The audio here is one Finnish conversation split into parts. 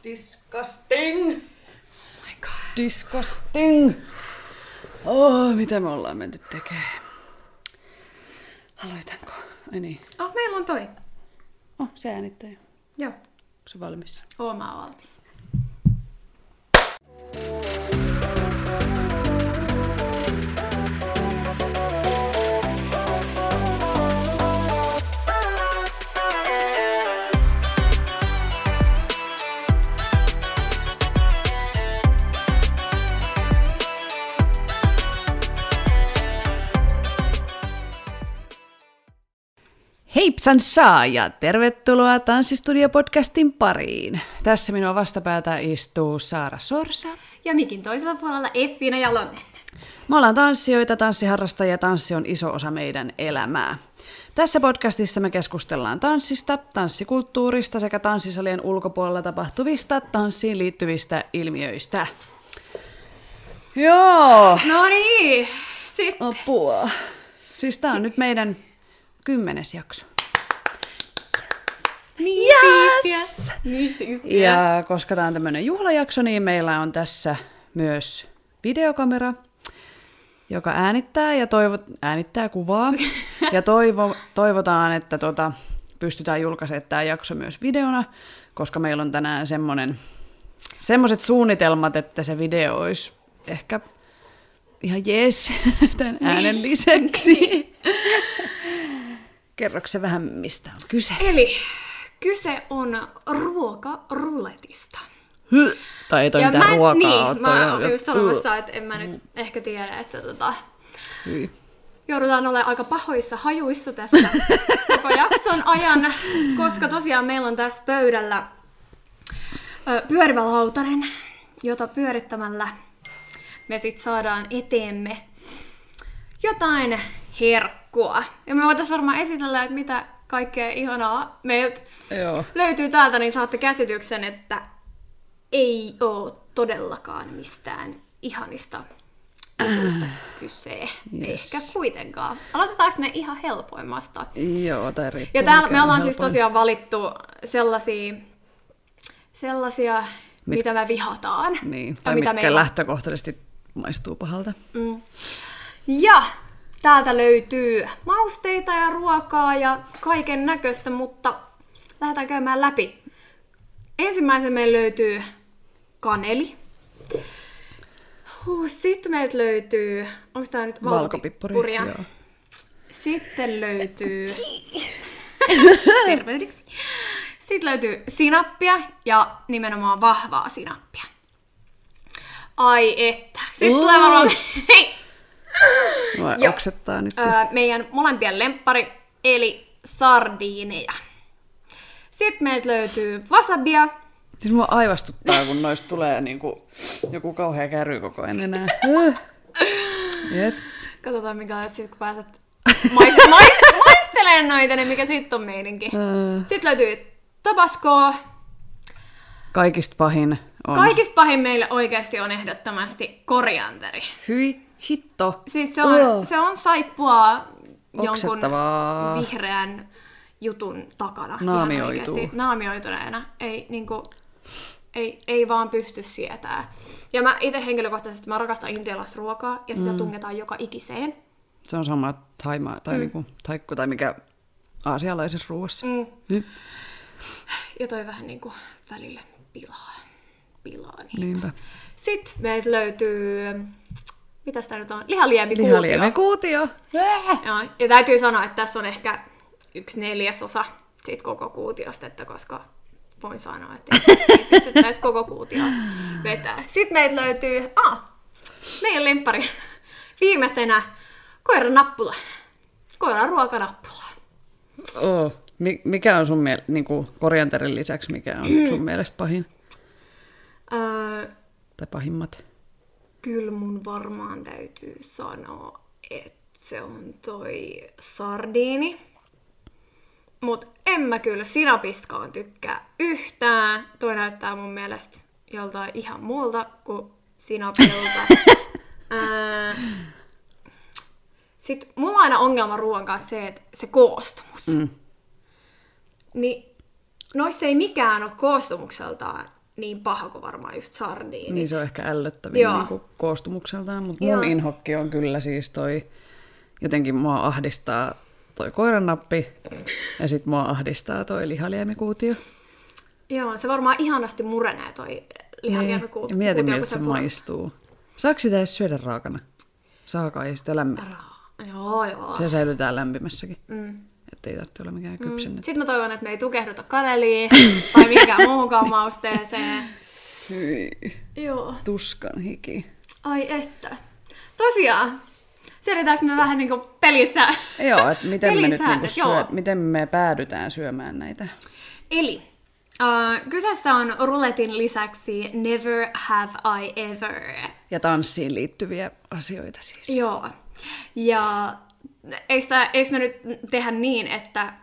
Disgusting! Oh my god. Disgusting! Oh, mitä me ollaan menty tekemään? Aloitanko? Ai niin. Oh, meillä on toi. Oh, se äänittää jo. Joo. Onko se valmis? Mä oon valmis. Heipsan saa ja tervetuloa Tanssistudio-podcastin pariin. Tässä minua vastapäätä istuu Saara Sorsa. Ja mikin toisella puolella Effiina Jalonen. Me ollaan tanssijoita, tanssiharrastajia, tanssi on iso osa meidän elämää. Tässä podcastissa me keskustellaan tanssista, tanssikulttuurista sekä tanssisalien ulkopuolella tapahtuvista tanssiin liittyvistä ilmiöistä. Joo! No niin, sitten. Apua. Siis tää on nyt meidän 10. jakso. Niin siistiä. Niin siistiä. Ja koska tää on tämmönen juhlajakso, niin meillä on tässä myös videokamera, joka äänittää ja äänittää kuvaa. Ja toivotaan, että pystytään julkaisemaan tämä jakso myös videona, koska meillä on tänään semmoiset suunnitelmat, että se video olisi ehkä ihan jees tämän äänen lisäksi. Kerroksä vähän, mistä on kyse? Eli kyse on ruokaruletista. Tai ei toi mitään ruokaa. Niin, mä oon just sanomassa, että en mä nyt ehkä tiedä, että joudutaan olemaan aika pahoissa hajuissa tässä koko jakson ajan, koska tosiaan meillä on tässä pöydällä pyörivä lautanen, jota pyörittämällä me sit saadaan eteemme jotain herkkua. Ja me voitaisiin varmaan esitellä, että mitä kaikkea ihanaa meiltä löytyy täältä, niin saatte käsityksen, että ei oo todellakaan mistään ihanista jutuista kyse. Yes. Ehkä kuitenkaan. Aloitetaanko me ihan helpoimmasta? Joo, tai riippuu. Ja täällä me ollaan siis tosiaan valittu sellaisia mitä me vihataan. Niin, tai mitkä lähtökohtaisesti maistuu pahalta. Mm. Ja täältä löytyy mausteita ja ruokaa ja kaiken näköistä, mutta lähdetään käymään läpi. Ensimmäisen meillä löytyy kaneli. Sitten meiltä löytyy, onko tää nyt valkopippuria? Joo. Sitten löytyy terveydeksi. Sitten löytyy sinappia ja nimenomaan vahvaa sinappia. Ai että. Sitten tulee varmaan oksettaa nyt. Meidän molempien lemppari, eli sardiineja. Sitten meiltä löytyy wasabia. Siis mua aivastuttaa, kun noista tulee niinku joku kauhea käry koko ajan enää. Yes. Katsotaan mikä on sitten, kun pääset maistelemaan noita, niin mikä sitten on meininki. Sitten löytyy tabascoa. Kaikista pahin on. Kaikista pahin meille oikeasti on ehdottomasti korianteri. Hyi, hitto. Siis se on saippua jonkun vihreän jutun takana. Naamioituneena. Ei vaan pysty sietää. Ja mä itse henkilökohtaisesti mä rakastan intialaista ruokaa ja sitä tungetaan joka ikiseen. Se on sama taimaa tai niinku taikku tai mikä aasialaisessa ruoassa. Ja toi vähän niinku välillä pilaa niitä. Niinpä. Sitten meiltä löytyy, mitäs tää nyt on? Lihaliemikuutio. Lihaliemikuutio. Ja täytyy sanoa, että tässä on ehkä 1/4 siitä koko kuutiosta, että koska voin sanoa, että ei pystyttäisi koko kuutioa vetää. Sitten meiltä löytyy meidän lemppari viimeisenä koiranappula. Koiran ruokanappula. Mikä on sun niinku korianterin lisäksi, mikä on sun mielestä pahin? Tai pahimmat? Kyllä mun varmaan täytyy sanoa, että se on toi sardiini. Mut en mä kyllä sinapiskaan tykkää yhtään. Toi näyttää mun mielestä joltain ihan muulta kuin sinapilta. Sitten mulla on aina ongelma ruoan kanssa se, että se koostumus. Niin noissa ei mikään ole koostumukseltaan niin paha kuin varmaan just sardiinit. Niin se on ehkä ällöttävin niin koostumukseltaan, mutta mun inhokki on kyllä siis toi, jotenkin mua ahdistaa toi koirannappi ja sit mua ahdistaa toi lihaliemikuutio. Joo, se varmaan ihanasti murenee toi lihaliemikuutio. Mietin, miltä se maistuu. Saako sitä edes syödä raakana? Saako ei sitä Joo. Se säilytään lämpimässäkin. Että ei tarvitse olla mikään kypsennetty. Sitten mä toivon, että me ei tukehduta kaneliin tai mihinkään muuhunkaan mausteeseen. Hyi. Joo. Tuskan hiki. Ai että. Tosiaan. Siirrytäänkö me vähän niinku pelissä? Joo, että miten me nyt niinku miten me päädytään syömään näitä? Eli kyseessä on ruletin lisäksi Never Have I Ever. Ja tanssiin liittyviä asioita siis. Joo. Ja eikö me nyt tehdä niin, että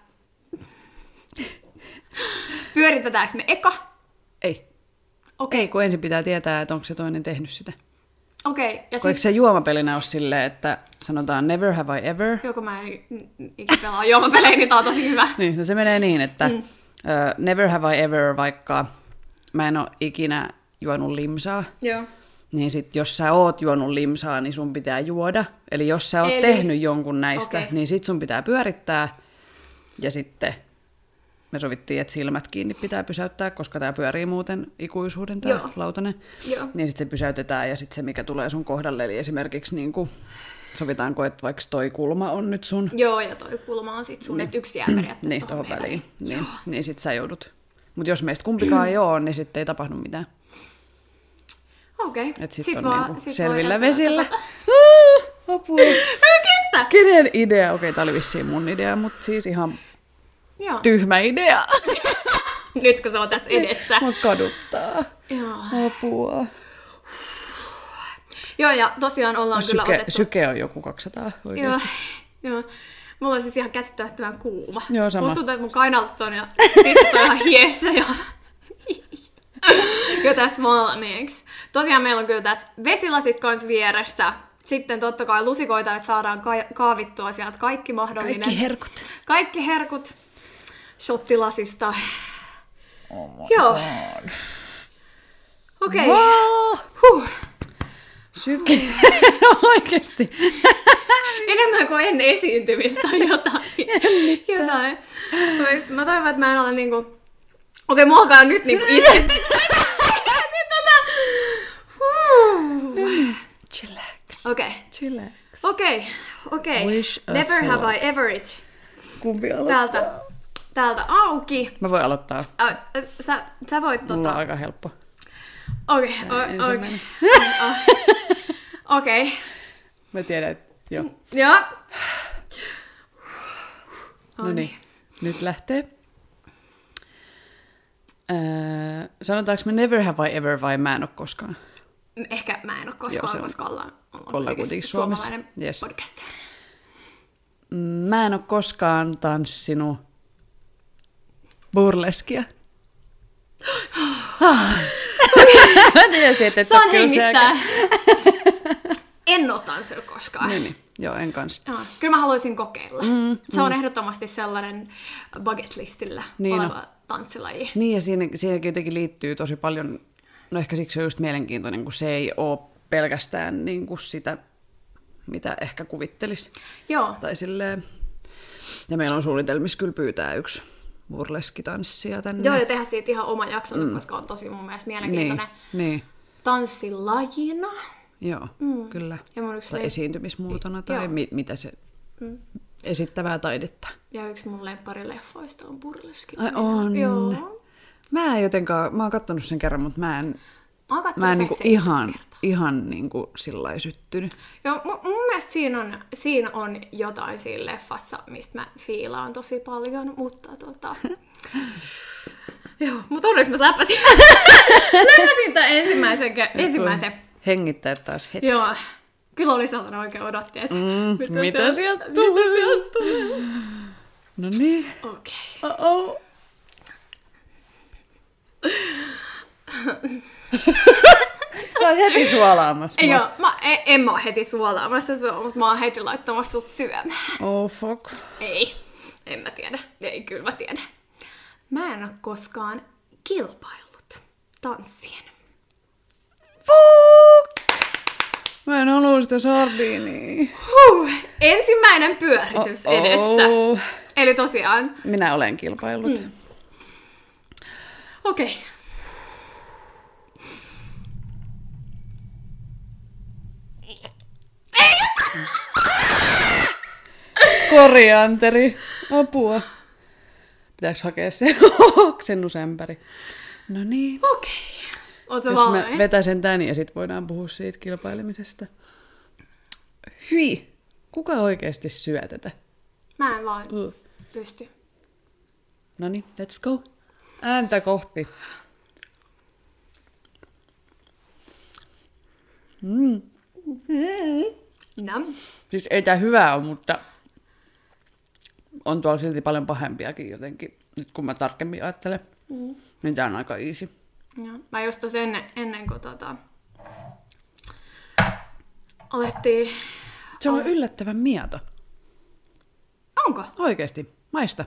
pyöritetäänkö me eka? Ei. Okei. Ei, kun ensin pitää tietää, että onko se toinen tehnyt sitä. Okei. Ja eikö se juomapelinä ole silleen, että sanotaan never have I ever? Joko mä en ikinä pelaa juomapelejä, niin tää on tosi hyvä. Niin, no se menee niin, että never have I ever, vaikka mä en ole ikinä juonut limsaa. Joo. Niin sit jos sä oot juonut limsaa, niin sun pitää juoda. Eli jos sä oot tehnyt jonkun näistä, niin sit sun pitää pyörittää. Ja sitten me sovittiin, että silmät kiinni pitää pysäyttää, koska tää pyörii muuten ikuisuuden tää lautanen. Joo. Niin sit se pysäytetään ja sit se mikä tulee sun kohdalle. Eli esimerkiksi niin kuin, sovitaanko, että vaikka toi kulma on nyt sun. Joo, ja toi kulma on sit sun, niin. Että yksi jää periaatteessa niin, tohon väliin. Niin sit sä joudut. Mut jos meistä kumpikaan ei oo, niin sit ei tapahdu mitään. Okei. Et sit on niinku selvillä vesillä. Apua. Kestä! Kenen idea? Okei, tää oli vissiin mun idea, mutta siis ihan tyhmä idea. Nyt kun se on tässä edessä. Mut kaduttaa. Joo. Apua. Joo, ja tosiaan ollaan kyllä otettu. Syke on joku 200 oikeesti. Joo. Mulla on siis ihan käsittämättömän kuuma. Joo, sama. Musta tuntuu, että mun kainalot on ja tissit on ihan hiessä jo tässä valmiiksi. Tosiaan meillä on kyllä tässä vesilasit kanssa vieressä. Sitten totta kai lusikoita, että saadaan kaavittua sieltä kaikki mahdollinen. Kaikki herkut shottilasista. Oh my Joo. God. Okei. Wow. Syke. Oikeesti. Enemmän kuin ennen esiintymistä jotain. Mä toivon, että mä en ole niinku... Okei, mua alkaa nyt niinku itse. Chillax. Okei. Chillax. Okei. Never swap. have I ever it. Kumpi aloittaa? Täältä auki. Mä voin aloittaa. Sä voit Mulla on aika helppo. Okei. Mä tiedän, että joo. Joo. No niin, nyt lähtee. Sanotaanko me never have I ever vai mä en oo koskaan? Ehkä mä en oo koskaan, koska ollaan kuitenkin Suomessa. Yes. Podcast. Mä en oo koskaan tanssinut burleskia. Mä tiesin, että saan hengittää. En oo tanssinut koskaan. Niin. Joo, en kans. Kyllä mä haluaisin kokeilla. Se on ehdottomasti sellainen bucket listillä oleva tanssilaji. Niin, ja siinä jotenkin liittyy tosi paljon, no ehkä siksi se on just mielenkiintoinen, kun se ei ole pelkästään niin kuin sitä, mitä ehkä kuvittelisi. Joo. Tai silleen, ja meillä on suunnitelmissa kyllä pyytää yksi burleskitanssija tänne. Joo, ja tehdä siitä ihan oma jakson, koska on tosi mun mielestä mielenkiintoinen tanssilajina. Joo, kyllä. Ja tai esiintymismuotona, tai mitä se esittävää taidetta. Ja yksi mun lempparileffoista on burleski. Ai on. Joo. Mä oon kattonut sen kerran, mutta mä en niinku ihan niinku sillai syttynyt. Joo, mun mielestä siinä on jotain siinä leffassa, mistä mä fiilaan tosi paljon, mutta joo, mutta onneksi mä läppäsin tämän ensimmäisen. Hengittää taas hetki. Joo, kyllä oli sellainen oikein odotti, että mitä sieltä tulee? No niin. Okei. Uh-oh. Sä oot heti suolaamassa. Joo, en mä oo heti suolaamassa sua, mutta mä oon heti laittamassa sut syömään. Oh fuck. Ei, en mä tiedä. Ei, kyllä mä tiedän. Mä en oo koskaan kilpaillut. tanssien. Mä en halua sitä sardiinia. Ensimmäinen pyöritys edessä. Eli tosiaan. Minä olen kilpaillut. Okei. Korianteri. Apua. Pitääkö hakea se oksennusämpäri? No niin. Okei. Ootko Jos valmis? mä vetäsen tän ja sit voidaan puhua siitä kilpailemisesta. Hyi. Kuka oikeesti syö tätä? Mä en vaan pysty. Noniin, let's go. Ääntä kohti. Nam. Siis ei tää hyvää ole, mutta on tuolla silti paljon pahempiakin jotenkin. Nyt kun mä tarkemmin ajattelen, niin tää on aika easy. Joo. Mä just tossa ennen kuin alettiin... Se on yllättävän mieto. Onko? Oikeesti. Maista.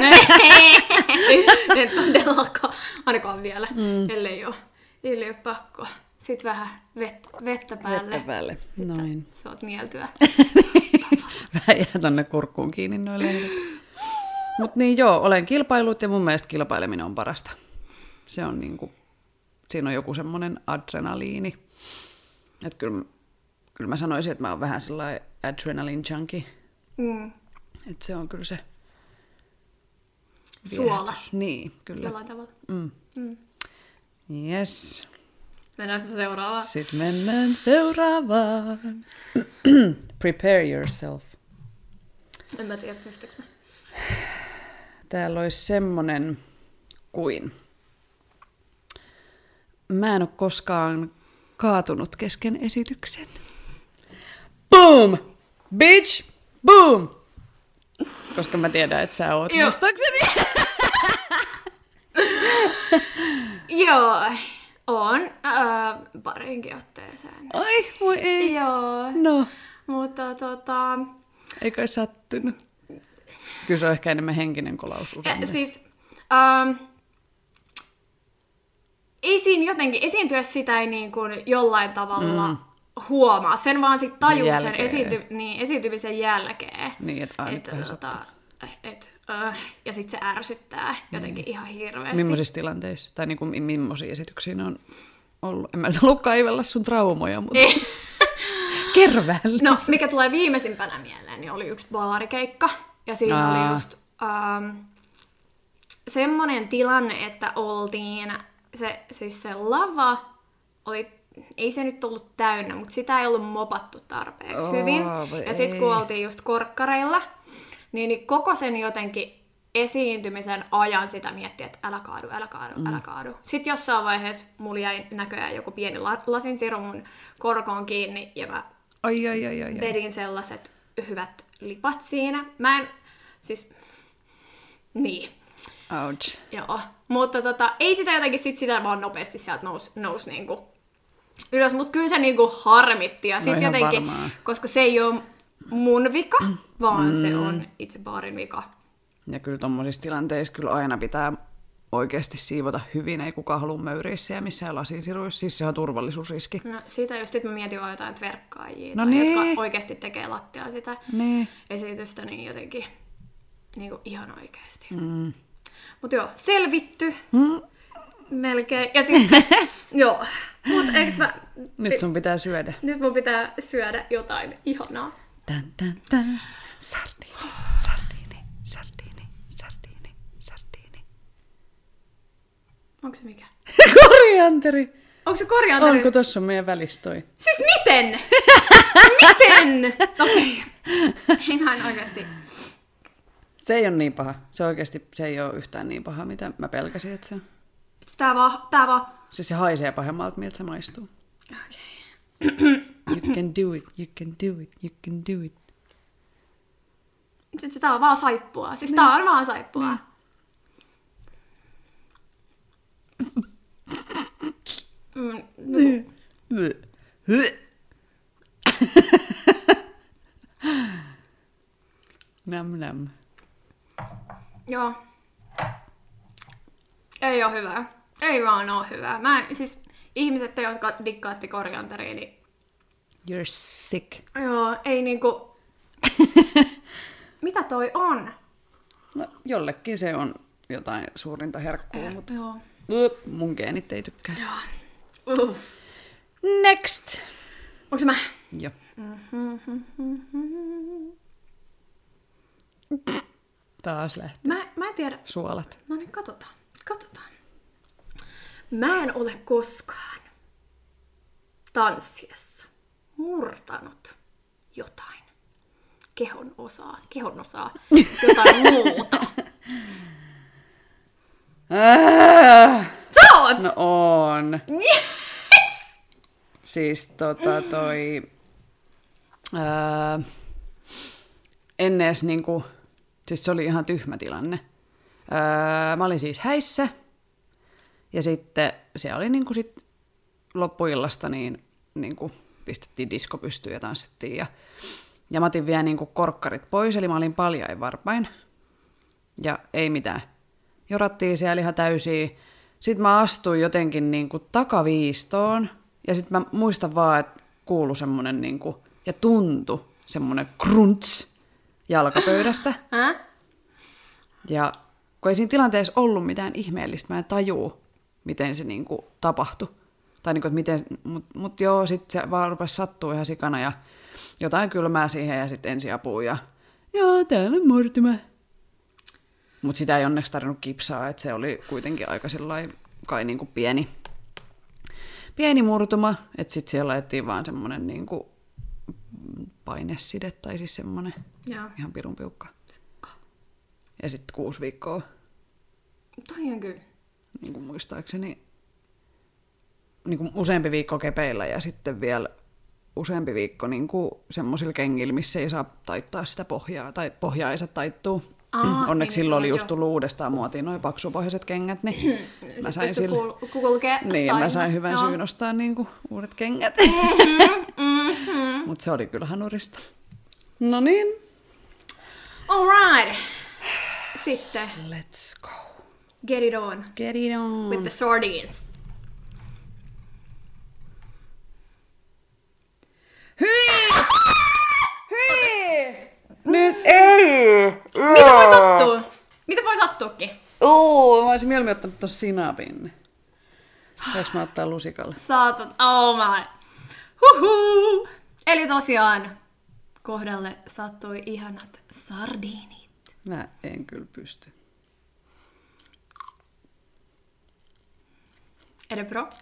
En todellakaan. Ainakaan vielä, ellei ole pakko. Sitten vähän vettä päälle. Vettä päälle. Noin. Saat mieltyä. Vähän jää tonne kurkkuun kiinni noille lehdet. Mut niin joo, olen kilpailut ja mun mielestä kilpaileminen on parasta. Se on niinku, siinä on joku semmonen adrenaliini. Että kyllä mä sanoisin, että mä oon vähän sellainen adrenaline junkie. Että se on kyllä se Suola. viehätys. Niin, kyllä. Jollain tavalla. Yes. Mennään seuraavaan. Sitten mennään seuraavaan. Prepare yourself. En mä tiedä, pystyykö mä. Täällä olisi semmonen kuin. Mä en ole koskaan kaatunut kesken esityksen. Boom! Bitch! Boom! Koska mä tiedän, että sä oot muistaakseni. Joo, on parinkin otteeseen. Ai, voi ei. Joo, No, mutta ei kai sattunut. Kyllä se on ehkä enemmän henkinen kolaus usein. siis ei siinä jotenkin esiintyä sitä ei niin kuin jollain tavalla huomaa. Sen vaan sit tajuu sen esiintymisen jälkeen. Niin, että aina vähän ja sit se ärsyttää jotenkin ihan hirveästi. Millaisissa tilanteissa? Tai niinku, millaisia esityksiä ne on ollut? En mä nyt halua kaivella sun traumoja, mutta kerro vähän. No, mikä tulee viimeisimpänä mieleen, niin oli yksi baarikeikka. Ja siinä oli just semmoinen tilanne, että oltiin, se lava oli, ei se nyt ollut täynnä, mutta sitä ei ollut mopattu tarpeeksi hyvin. Ja sitten kun oltiin just korkkareilla, niin koko sen jotenkin esiintymisen ajan sitä miettii, että älä kaadu, älä kaadu, älä kaadu. Sitten jossain vaiheessa mulla jäi näköjään joku pieni lasinsiru mun korkoon kiinni ja mä vedin sellaiset hyvät lipat siinä. Mä en, siis, niin. Ouch. Joo, mutta ei sitä jotenkin sitä vaan nopeasti sieltä nousi niinku ylös, mutta kyllä se niinku harmitti ja sit jotenkin, varmaan. Koska se ei ole mun vika, vaan se on itse baarin vika. Ja kyllä tommosissa tilanteissa kyllä aina pitää oikeasti siivota hyvin, ei kukaan halua möyriä siellä missään lasinsiruissa, siis se on turvallisuusriski. No siitä just sit mä mietin vaan jotain verkkaajia, jotka oikeasti tekee lattiaa sitä esitystä, niin jotenkin niinku ihan oikeasti. Mut joo, selvitty. Melkein. Ja sitten, joo. Mut eiks mä... Nyt sun pitää syödä. Nyt mun pitää syödä jotain ihanaa. Tän. Sardiini. Onko se mikä? Korianteri! Onko se korianteri? Onko tossa meidän välistoi? Siis miten? Miten? Okei. Ei mä en oikeesti... Se ei ole niin paha. Se oikeasti se ei ole yhtään niin paha, mitä mä pelkäsin, että se on. Tää vaan... Siis se haisee pahemmalta, miltä se maistuu. Okei. You can do it, you can do it, you can do it. Sitten tää on vaan saippua. Siis tää on vaan saippua. Nam. Joo. Ei oo hyvää. Ei vaan oo hyvää. Siis ihmiset, jotka diggaatti korianteria, niin... You're sick. Joo, ei niinku... Mitä toi on? No, jollekin se on jotain suurinta herkkua, mutta Joo. mun geenit ei tykkää. Uff. Next! Onks mä? Joo. Taas lähti. Mä en tiedä. Suolat. No niin, katsotaan. Mä en ole koskaan tanssiessa murtanut jotain kehon osaa, jotain muuta. Sä oot! No on. Yes! Siis en edes niinku, siis se oli ihan tyhmä tilanne. Mä olin siis häissä, ja sitten se oli niinku sit loppuillasta niinku pistettiin disko pystyyn ja tanssittiin. Ja mä otin vielä niinku korkkarit pois, eli mä olin paljain varpain. Ja ei mitään. Jorattiin siellä ihan täysiä. Sitten mä astuin jotenkin niinku takaviistoon. Ja sitten mä muistan vaan, että kuului semmonen niinku, ja tuntui semmonen crunch jalkapöydästä. Ja kun ei siinä tilanteessa ollut mitään ihmeellistä, mä en tajuu, miten se niinku tapahtui. Tai niinku, että miten, mut joo, sit se vaan rupesi sattua ihan sikana ja jotain kylmää siihen ja sitten ensiapua ja joo, täällä on murtuma. Mut sitä ei onneksi tarvinnut kipsaa, että se oli kuitenkin aika sellainen kai niinku pieni murtuma, että sitten siellä laitettiin vaan semmonen niinku paineside tai siis semmonen ihan pirun piukka. Ja sitten 6 viikkoa. Toi on kyllä. Niin kuin muistaakseni niin kuin useampi viikko kepeillä ja sitten vielä useampi viikko niin kuin semmoisilla kengillä, missä ei saa taittaa sitä pohjaa, tai pohjaa ei saa taittua. Onneksi niin, silloin oli just tullut uudestaan muotiin noin paksupohjaiset kengät, niin mä sain mä sain hyvän syyn ostaa niin kuin uudet kengät. Mutta se oli kyllä hanurista. No niin. Alright. Sitten. Let's go. Get it on. Get it on. With the sardines. Hyi! Hyi! Nyt ei! Mitä voi sattua? Mitä voi sattuakin? Mä olisin mieluummin ottanut tossa sinapin. Voinko mä ottaa lusikalla? Saatat, oh my. Huhuu. Eli tosiaan kohdalle sattui ihanat sardiinit. Mä en kyllä pysty. Är det bra?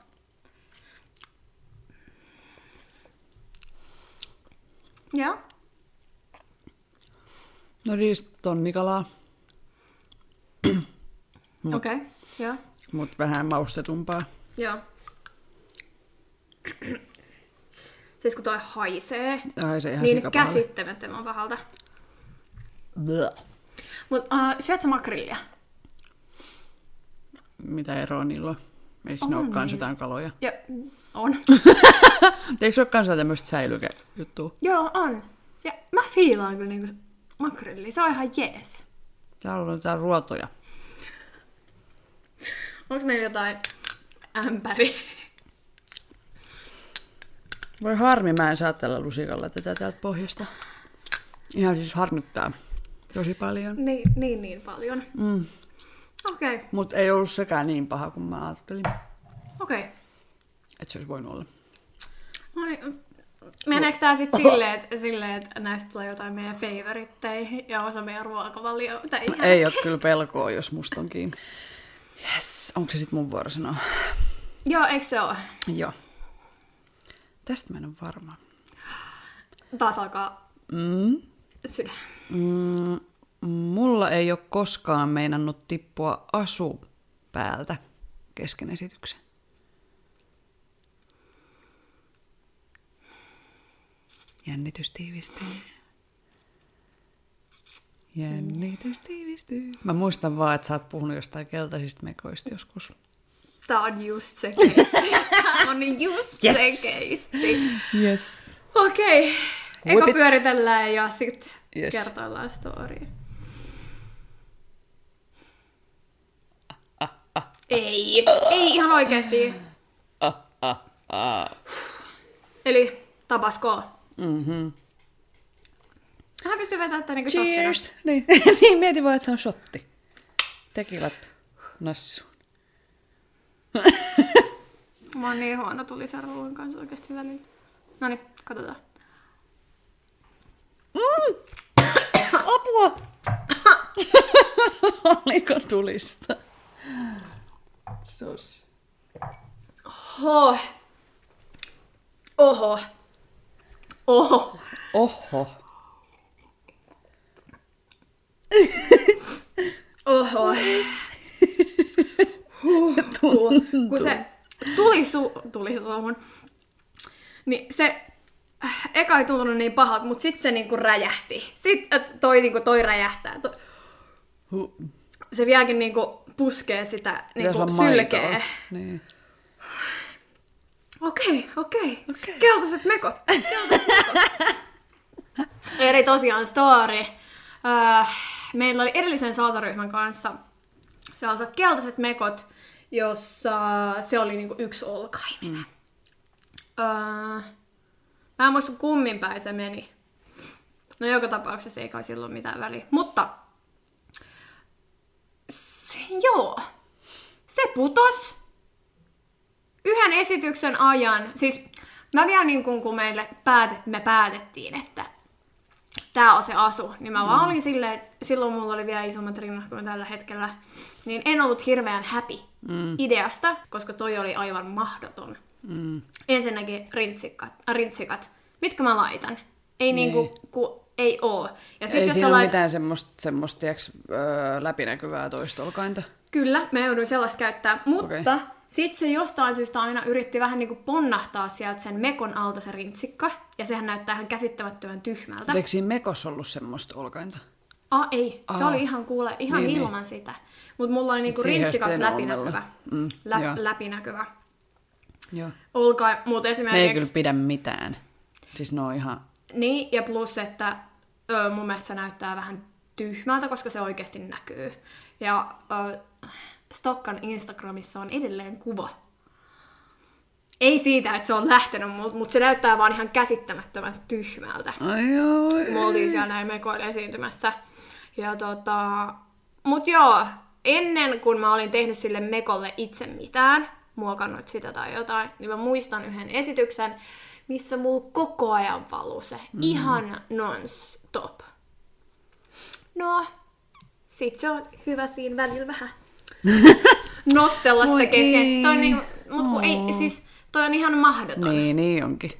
Ja. No siis tonnikalaa. Okei, joo. Mut vähän maustetumpaa. Joo. Siis kun toi haisee, Haisee ihan niin sikapahalle. käsittämättömän pahalta. Bleh. Mut syöt sä makrillia? Mitä eroa niillä on? Eikö ne ole kans jotain kaloja? Joo, on. Eikö se ole kans tämmöistä säilykejuttua? Joo, on. Ja mä fiilaan kyllä niinku makrillia, se on ihan jees. Täällä on jotain ruotoja. Onks meillä jotain ämpäri? Voi harmi, mä en saa tällä lusikalla tätä täältä pohjasta. Ihan siis harmittaa tosi paljon. Niin paljon. Okei. Okay. Mut ei ollut sekään niin paha kuin mä ajattelin. Okei. Okay. Että se olisi voinut olla. No niin. Meneekö tää sit silleen, että näistä tulee jotain meidän favoritteihin ja osa meidän ruokavalio? Ei oo kyllä pelkoa, jos musta on kiinni. Yes. Onko se sit mun vuoro sanoa? Joo, eikö se oo? Joo. Tästä mä en ole varma. Taas alkaa sydän. Mulla ei ole koskaan meinannut tippua asu päältä kesken esityksen. Jännitys tiivistyy. Jännitys tiivistyy. Mä muistan vaan, että sä oot puhunut jostain keltaisista mekoista joskus. Tää on just se keissi. Tää on just se keissi. Yes. Okei. Eka Whip it. pyöritellään ja sit Yes. kertoillaan storya. Ei ihan oikeesti. Eli Tabasco. Mhm. Hän pystyy vetämään tätä niinku Cheers! Niin. Niin, mietin vaan, että se on shotti. Tekilat nassuun. Mä oon niin huono tulisen ruoan kanssa oikeesti välillä. Noniin, katsotaan. Apua! Oliko tulista? Sos. Oho. Oho. Oho. Oho. Oho. Kun se tuli suuhun, niin se eka ei tuntunut niin pahalta, mutta sitten se niinku räjähti. Sitten toi räjähtää. Se vieläkin niinku puskee sitä niinku sylkeä. Niin. Okei. Keltaiset mekot. Eli tosiaan story. Meillä oli edellisen salsaryhmän kanssa sellaiset keltaiset mekot, jossa se oli niinku yksi olkaiminen. Mä en muista kummin päin se meni. No joka tapauksessa ei kai silloin mitään väliä. Mutta joo, se putos yhden esityksen ajan. Siis mä vielä niin kun me päätettiin, että tää on se asu, niin mä vaan olin silleen, että silloin mulla oli vielä isommat rinnat kuin tällä hetkellä. Niin en ollut hirveän happy ideasta, koska toi oli aivan mahdoton. Ensinnäkin rintsikat. Mitkä mä laitan? Ei niinku, ei oo. Ja sit, ei jos siinä ole mitään semmoista läpinäkyvää toistolkainta. Kyllä, mä joudun sellaista käyttää, mutta sit se jostain syystä aina yritti vähän niinku ponnahtaa sieltä sen mekon alta se rintsikka, ja sehän näyttää ihan käsittämättömän tyhmältä. Eikö siinä mekossa ollut semmoista olkainta? Ei. Se oli ihan niin, ilman sitä. Mutta mulla oli niinku rintsikasta läpinäkyvä. Läpinäkyvä. Joo. Mutta esimerkiksi... Ne ei kyllä pidä mitään. Siis ne on ihan... Niin, ja plus, että mun mielestä se näyttää vähän tyhmältä, koska se oikeasti näkyy. Ja Stokkan Instagramissa on edelleen kuva. Ei siitä, että se on lähtenyt multa, mutta se näyttää vaan ihan käsittämättömän tyhmältä. Me oltiin siellä näin mekoilla esiintymässä. Ja mut joo, ennen kuin mä olin tehnyt sille mekolle itse mitään, muokannut sitä tai jotain, niin mä muistan yhden esityksen, missä mulla koko ajan valuu se. Ihan non-stop. No, sit se on hyvä siinä välillä vähän nostella sitä kesken. Mut kun ei, siis toi on ihan mahdoton. Niin onkin.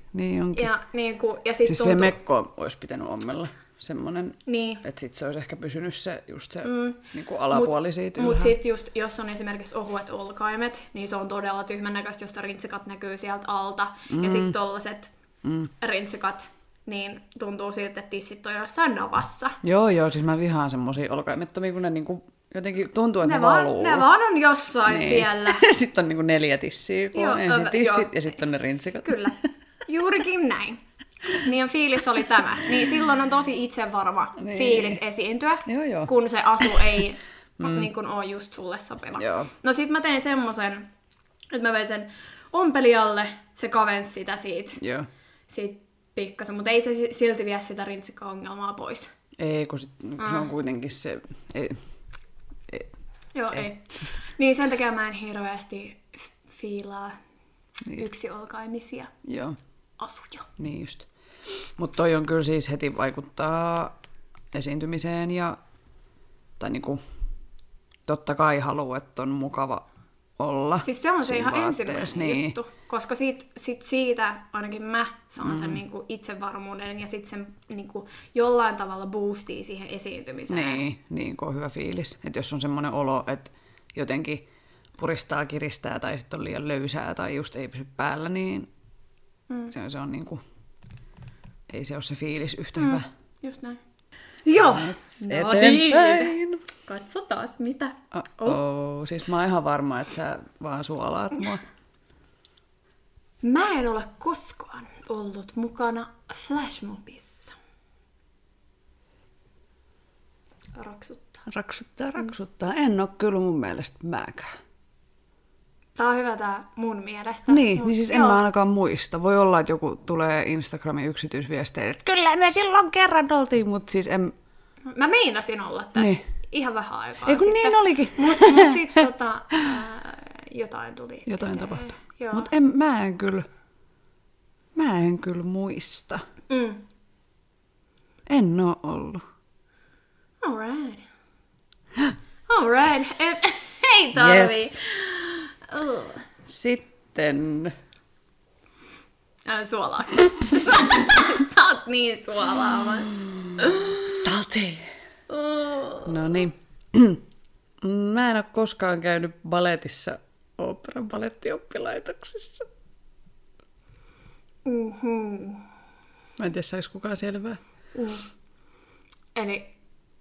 Ja sit siis tuntuu... se mekko olisi pitänyt ommella semmonen, niin. että sit se olisi ehkä pysynyt se niinku alapuoli siitä Mut sit just, jos on esimerkiksi ohuet olkaimet, niin se on todella tyhmän näköistä, jos rintsikat näkyy sieltä alta. Ja sit tollaset rintsikat, niin tuntuu siltä, että tissit on jossain navassa. Joo, siis mä vihaan semmosia olkaimettomia, kun ne niinku jotenkin tuntuu, että ne valuu. Ne vaan on jossain siellä. Sitten on niinku 4 tissiä, kun on ensin tissit ja sitten on ne rintsikat. Kyllä, juurikin näin. Niin fiilis oli tämä. Niin silloin on tosi itsevarma fiilis esiintyä, kun se asu ei niin kun ole just sulle sopiva. Joo. No sit mä tein semmosen, että mä vein sen ompelijalle, se kavensi sitä siitä pikkasen, mutta ei se silti vie sitä rintsikka-ongelmaa pois. Ei, kun se on kuitenkin se... Ei. Niin sen takia mä en hirveästi fiilaa yksiolkaimisia asuja. Niin just. Mutta toi on kyllä siis heti vaikuttaa esiintymiseen tai niinku totta kai haluaa, että on mukava olla. Siis se on se ihan ensimmäinen juttu, koska siitä ainakin mä saan sen niinku itsevarmuuden ja sitten sen niinku jollain tavalla boostii siihen esiintymiseen. Niin kun on hyvä fiilis. Että jos on semmoinen olo, että jotenkin puristaa, kiristää tai sitten on liian löysää tai just ei pysy päällä, niin se on niinku, ei se ole se fiilis yhtä hyvä. Just näin. Joo, no niin. Katsotaan mitä. Siis mä oon ihan varma, että sä vaan suolaat mua. Mä en ole koskaan ollut mukana flashmobissa. Raksuttaa. Raksuttaa. En oo kyllä mun mielestä mäkään. Tää on hyvä tää mun mielestä. Niin siis en mä ainakaan muista. Voi olla, että joku tulee Instagramin yksityisviesteille, että kyllä me silloin kerran oltiin, mutta siis en... Mä meinasin olla tässä ihan vähän aikaa. Ei kun sitten. Niin olikin. Mut sit jotain tuli. Jotain tapahtui. Joo. Mut mä en kyllä muista. En oo ollut. Alright. Ei tarvii. Yes. Sitten... Suolaa. Sä oot niin suolaamassa. Salty. No niin. Mä en oo koskaan käynyt baletissa oopperan balettioppilaitoksessa. Mä en tiedä, sais kukaan selvää. Eli...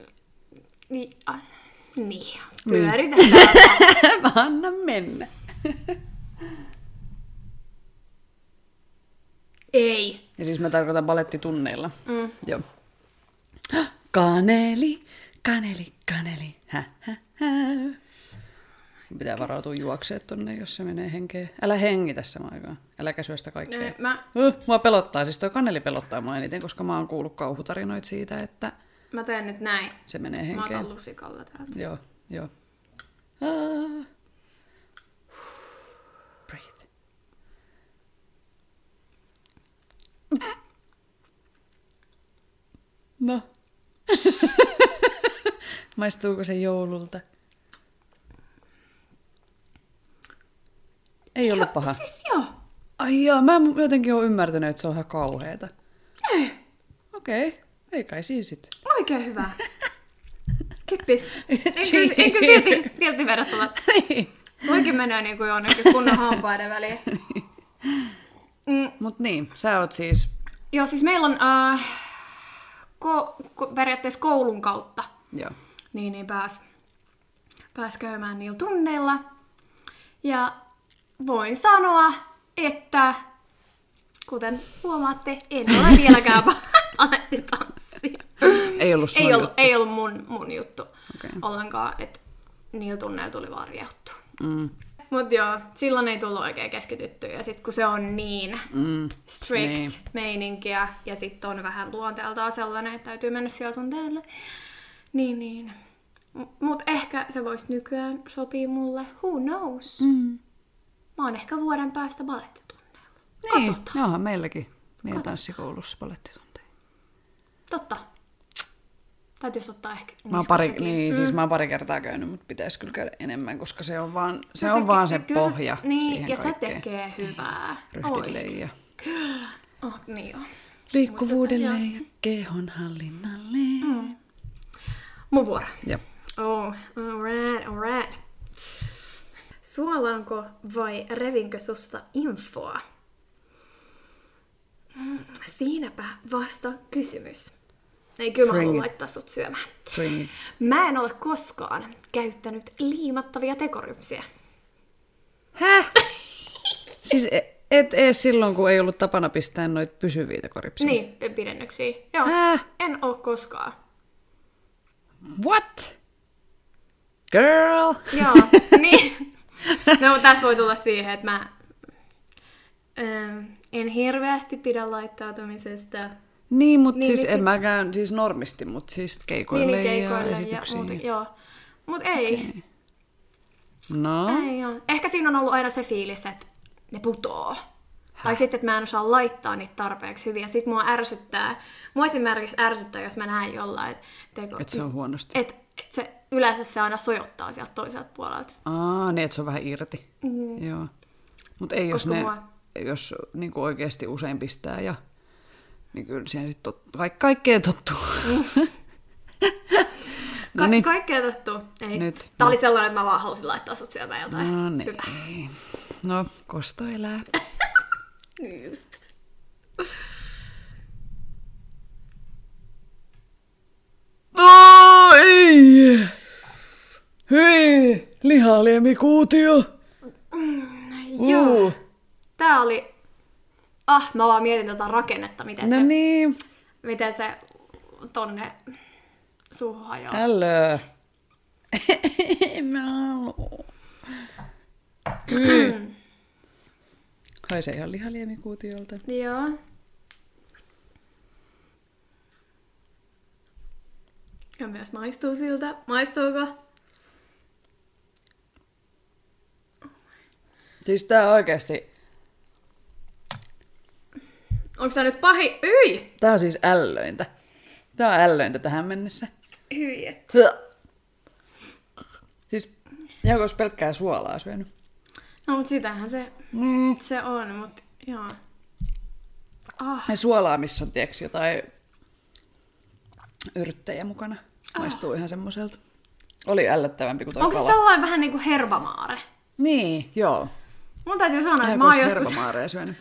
Niin. Pyöritetään. Mä annan mennä. Ei. Ja siis mä tarkoitan balettitunneilla. Joo. Kaneli. Pitää varautua juokseet tonne, jos se menee henkeen. Älä hengitä samaan aikaan. Äläkä syö sitä kaikkea. Mua pelottaa. Siis toi kaneli pelottaa mua eniten, koska mä oon kuullut kauhutarinoita siitä, että... Mä teen nyt näin. Se menee henkeen. Mä otan lusikalla täältä. Joo. Breathe. No. Maistuuko se joululta? Ei ollut paha. Siis joo. Ai jaa, mä jotenkin oon ymmärtänyt, että se on ihan kauheeta. Ei. Okei, ei kai siinä sitten. Oikein hyvä. Kippis. Eikö silti verrattuna? Niin. Toikin menee niin kuin jonnekin kunnon hampaiden väliin. Mut niin, sä oot siis... Joo, siis meillä on periaatteessa koulun kautta. Joo. Niin pääs käymään niillä tunneilla. Ja voin sanoa, että kuten huomaatte, en ole vieläkään balettitanssia. Ei ollut sun juttu. Ei ollut mun juttu Okay. ollenkaan, että niillä tunneilla tuli vaan riehuttua. Mut joo, silloin ei tullut oikein keskityttyä. Ja sit kun se on niin strict meininkiä, ja sit on vähän luonteeltaan sellainen, että täytyy mennä siellä sun teille, niin. Mut ehkä se vois nykyään sopii mulle. Who knows? Mä oon ehkä vuoden päästä balettitunneilla. Niin, Katsotaan. jaahan meilläkin. Meidän tanssikoulussa balettitunteja. Totta. Täytyisi ottaa ehkä Mä oon pari kertaa käynyt, mutta pitäisi kyllä käydä enemmän, koska se on vaan se pohja siihen ja kaikkeen. Se tekee hyvää. Ryhdille ja Kyllä. Niin joo. Liikkuvuudelle ja kehonhallinnalle. Mun vuoro. Joo. Alright. Suolaanko vai revinkö susta infoa? Siinäpä vasta kysymys. Ei, kyllä mä haluan laittaa sut syömään. Mä en ole koskaan käyttänyt liimattavia tekorypsiä. Häh? Siis et ees silloin, kun ei ollut tapana pistää noita pysyviä tekoripsiä? Niin, pidennyksiä. Joo. Häh? En oo koskaan. What? Girl! Joo, niin. No, mutta tässä voi tulla siihen, että mä en hirveästi pidä laittautumisesta. Niin, mutta niin, siis en mäkään siis normisti, mutta siis keikoille, niin, ja esityksiin. Ja muuta, joo. Mut ei. Okay. No? Ei joo. Ehkä siinä on ollut aina se fiilis, että ne putoo. Tai sitten, että mä en osaa laittaa niitä tarpeeksi hyvin. Ja sit mua ärsyttää. Mua esimerkiksi ärsyttää, jos mä näen jollain Että se on huonosti. Että se yleensä se aina sojottaa sieltä toiselta puolelta. Niin, että se on vähän irti. Joo. Mutta ei, jos niinku oikeasti usein pistää ja niin kyllä siihen sitten kaikkeen tottuu. No niin. Kaikkea tottuu. Ei. Nyt. Tää oli sellainen, että mä vaan halusin laittaa sut syömään jotain. No niin. No, kosto elää. Just. Ei! Hei! Lihaliemikuutio! Joo. Tää oli... mä vaan mietin tätä rakennetta, miten se tonne suuhun hajoaa. Älö. En mä halua. Haisee ihan lihaliemikuutiolta. Joo. Ja myös maistuu siltä. Maistuuko? Siis tää oikeesti... Onko tää nyt pahi? Yi! Tää on siis ällöintä. Tää on ällöintä tähän mennessä. Hyi, et. Siis Jaakos pelkkää suolaa syönyt. No mut sitähän se on, mut joo. Ja suolaa, missä on tieks jotain yrttejä mukana. Maistuu ihan semmoiselta. Oli ällöttävämpi kuin toi Onko se kala. sellainen vähän niinku herbamaare? Niin, joo. Mun täytyy sanoa, että Ihan mä oon kuin joskus... herbamaareja syönyt.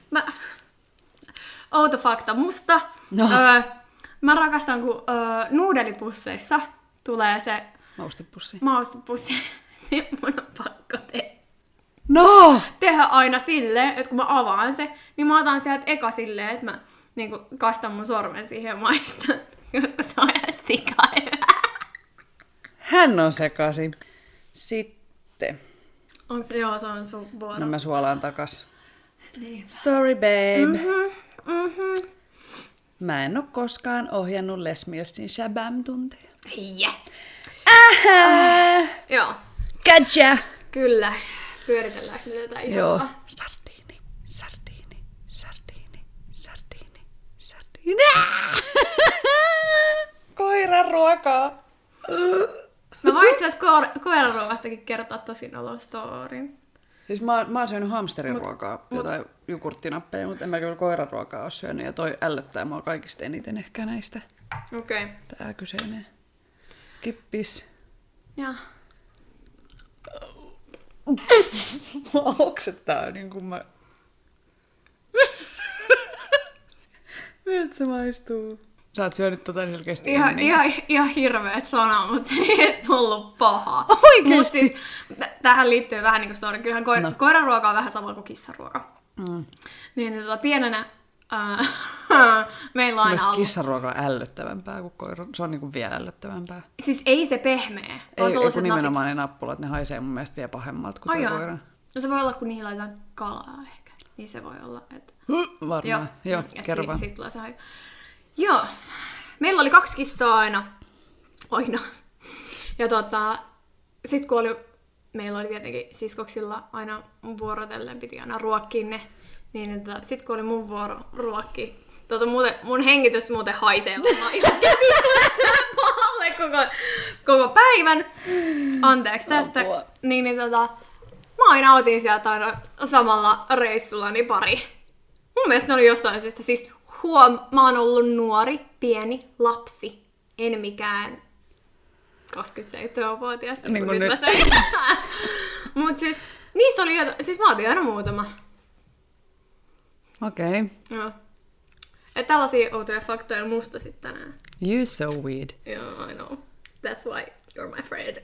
Outo fakta musta. No. Mä rakastan, kun nuudelipusseissa tulee se Maustepussi. maustepussi. Niin mun on pakko No! tehdä aina silleen, että kun mä avaan se, niin mä otan sieltä eka silleen, että mä niinku kastan mun sormen siihen ja maistan. Koska se on ihan sikahyvää. Hän on sekaisin. Sitten. Onko se? Joo, se on sun vuoro. No mä suolaan takas. Niin. Sorry babe. Mhm. Mä en oo koskaan ohjannut Les Millsin Shabam-tunteja. Yeah. Ähä! Joo, Gotcha! kyllä. Pyöritelläänkö me tätä ihan? Joo. Sardiini, sardiini, sardiini, sardiini, sardiini. Koiran ruokaa. Mä voin itse asiassa koiraruovastakin kertoa tosi nolon storyn. Siis mä oon syönyt hamsterin ruokaa, jotain jogurttinappeja, mutta en mä kyllä koiran ruokaa oo syönyt. Ja toi ällöttää mua kaikista eniten ehkä näistä. Okei. Tää kyseinen kippis. Ja. Mua oksettaa niin kuin mä... Miltä se maistuu? Sä oot syönyt tota selkeästi ennen. Ihan hirveet sanaa, mutta se ei edes ollut paha. Oikeesti? Mut siis, tähän liittyy vähän niin kuin story. Kyllähän koiran ruoka on vähän sama kuin kissan ruoka. Niin pienenä meillä on aina Mielestäni ollut... kissan ruoka on ällöttävämpää kuin koiran. Se on niin kuin vielä ällöttävämpää. Siis ei se pehmeä. Ei kun nimenomaan ne nappulat, ne haisee mun mielestä vielä pahemmalta kuin tuo koira. No se voi olla, kun niihin laitetaan kalaa ehkä. Niin se voi olla, että... Varmaan. Joo, kerro vaan. Siitä tulee se haju. Joo. Meillä oli 2 kissaa aina. Ja sit kun meillä oli tietenkin siskoksilla aina vuorotellen, piti aina ruokkia ne. Niin sit kun oli mun vuoro ruokkia, mun hengitys muuten haisee vaan ihan pahalle koko päivän. Anteeksi tästä. Mä aina otin sieltä aina samalla reissullani pari. Mun mielestä ne oli jostain syystä, siis mä oon ollut nuori, pieni lapsi. En mikään 27-vuotias. Niin kuin nyt. Mut siis, niissä oli siis mä otin aina muutama. Okei. Joo. Et tällaisia outoja faktoja musta sit tänään. You so weird. Joo, I know. That's why you're my friend.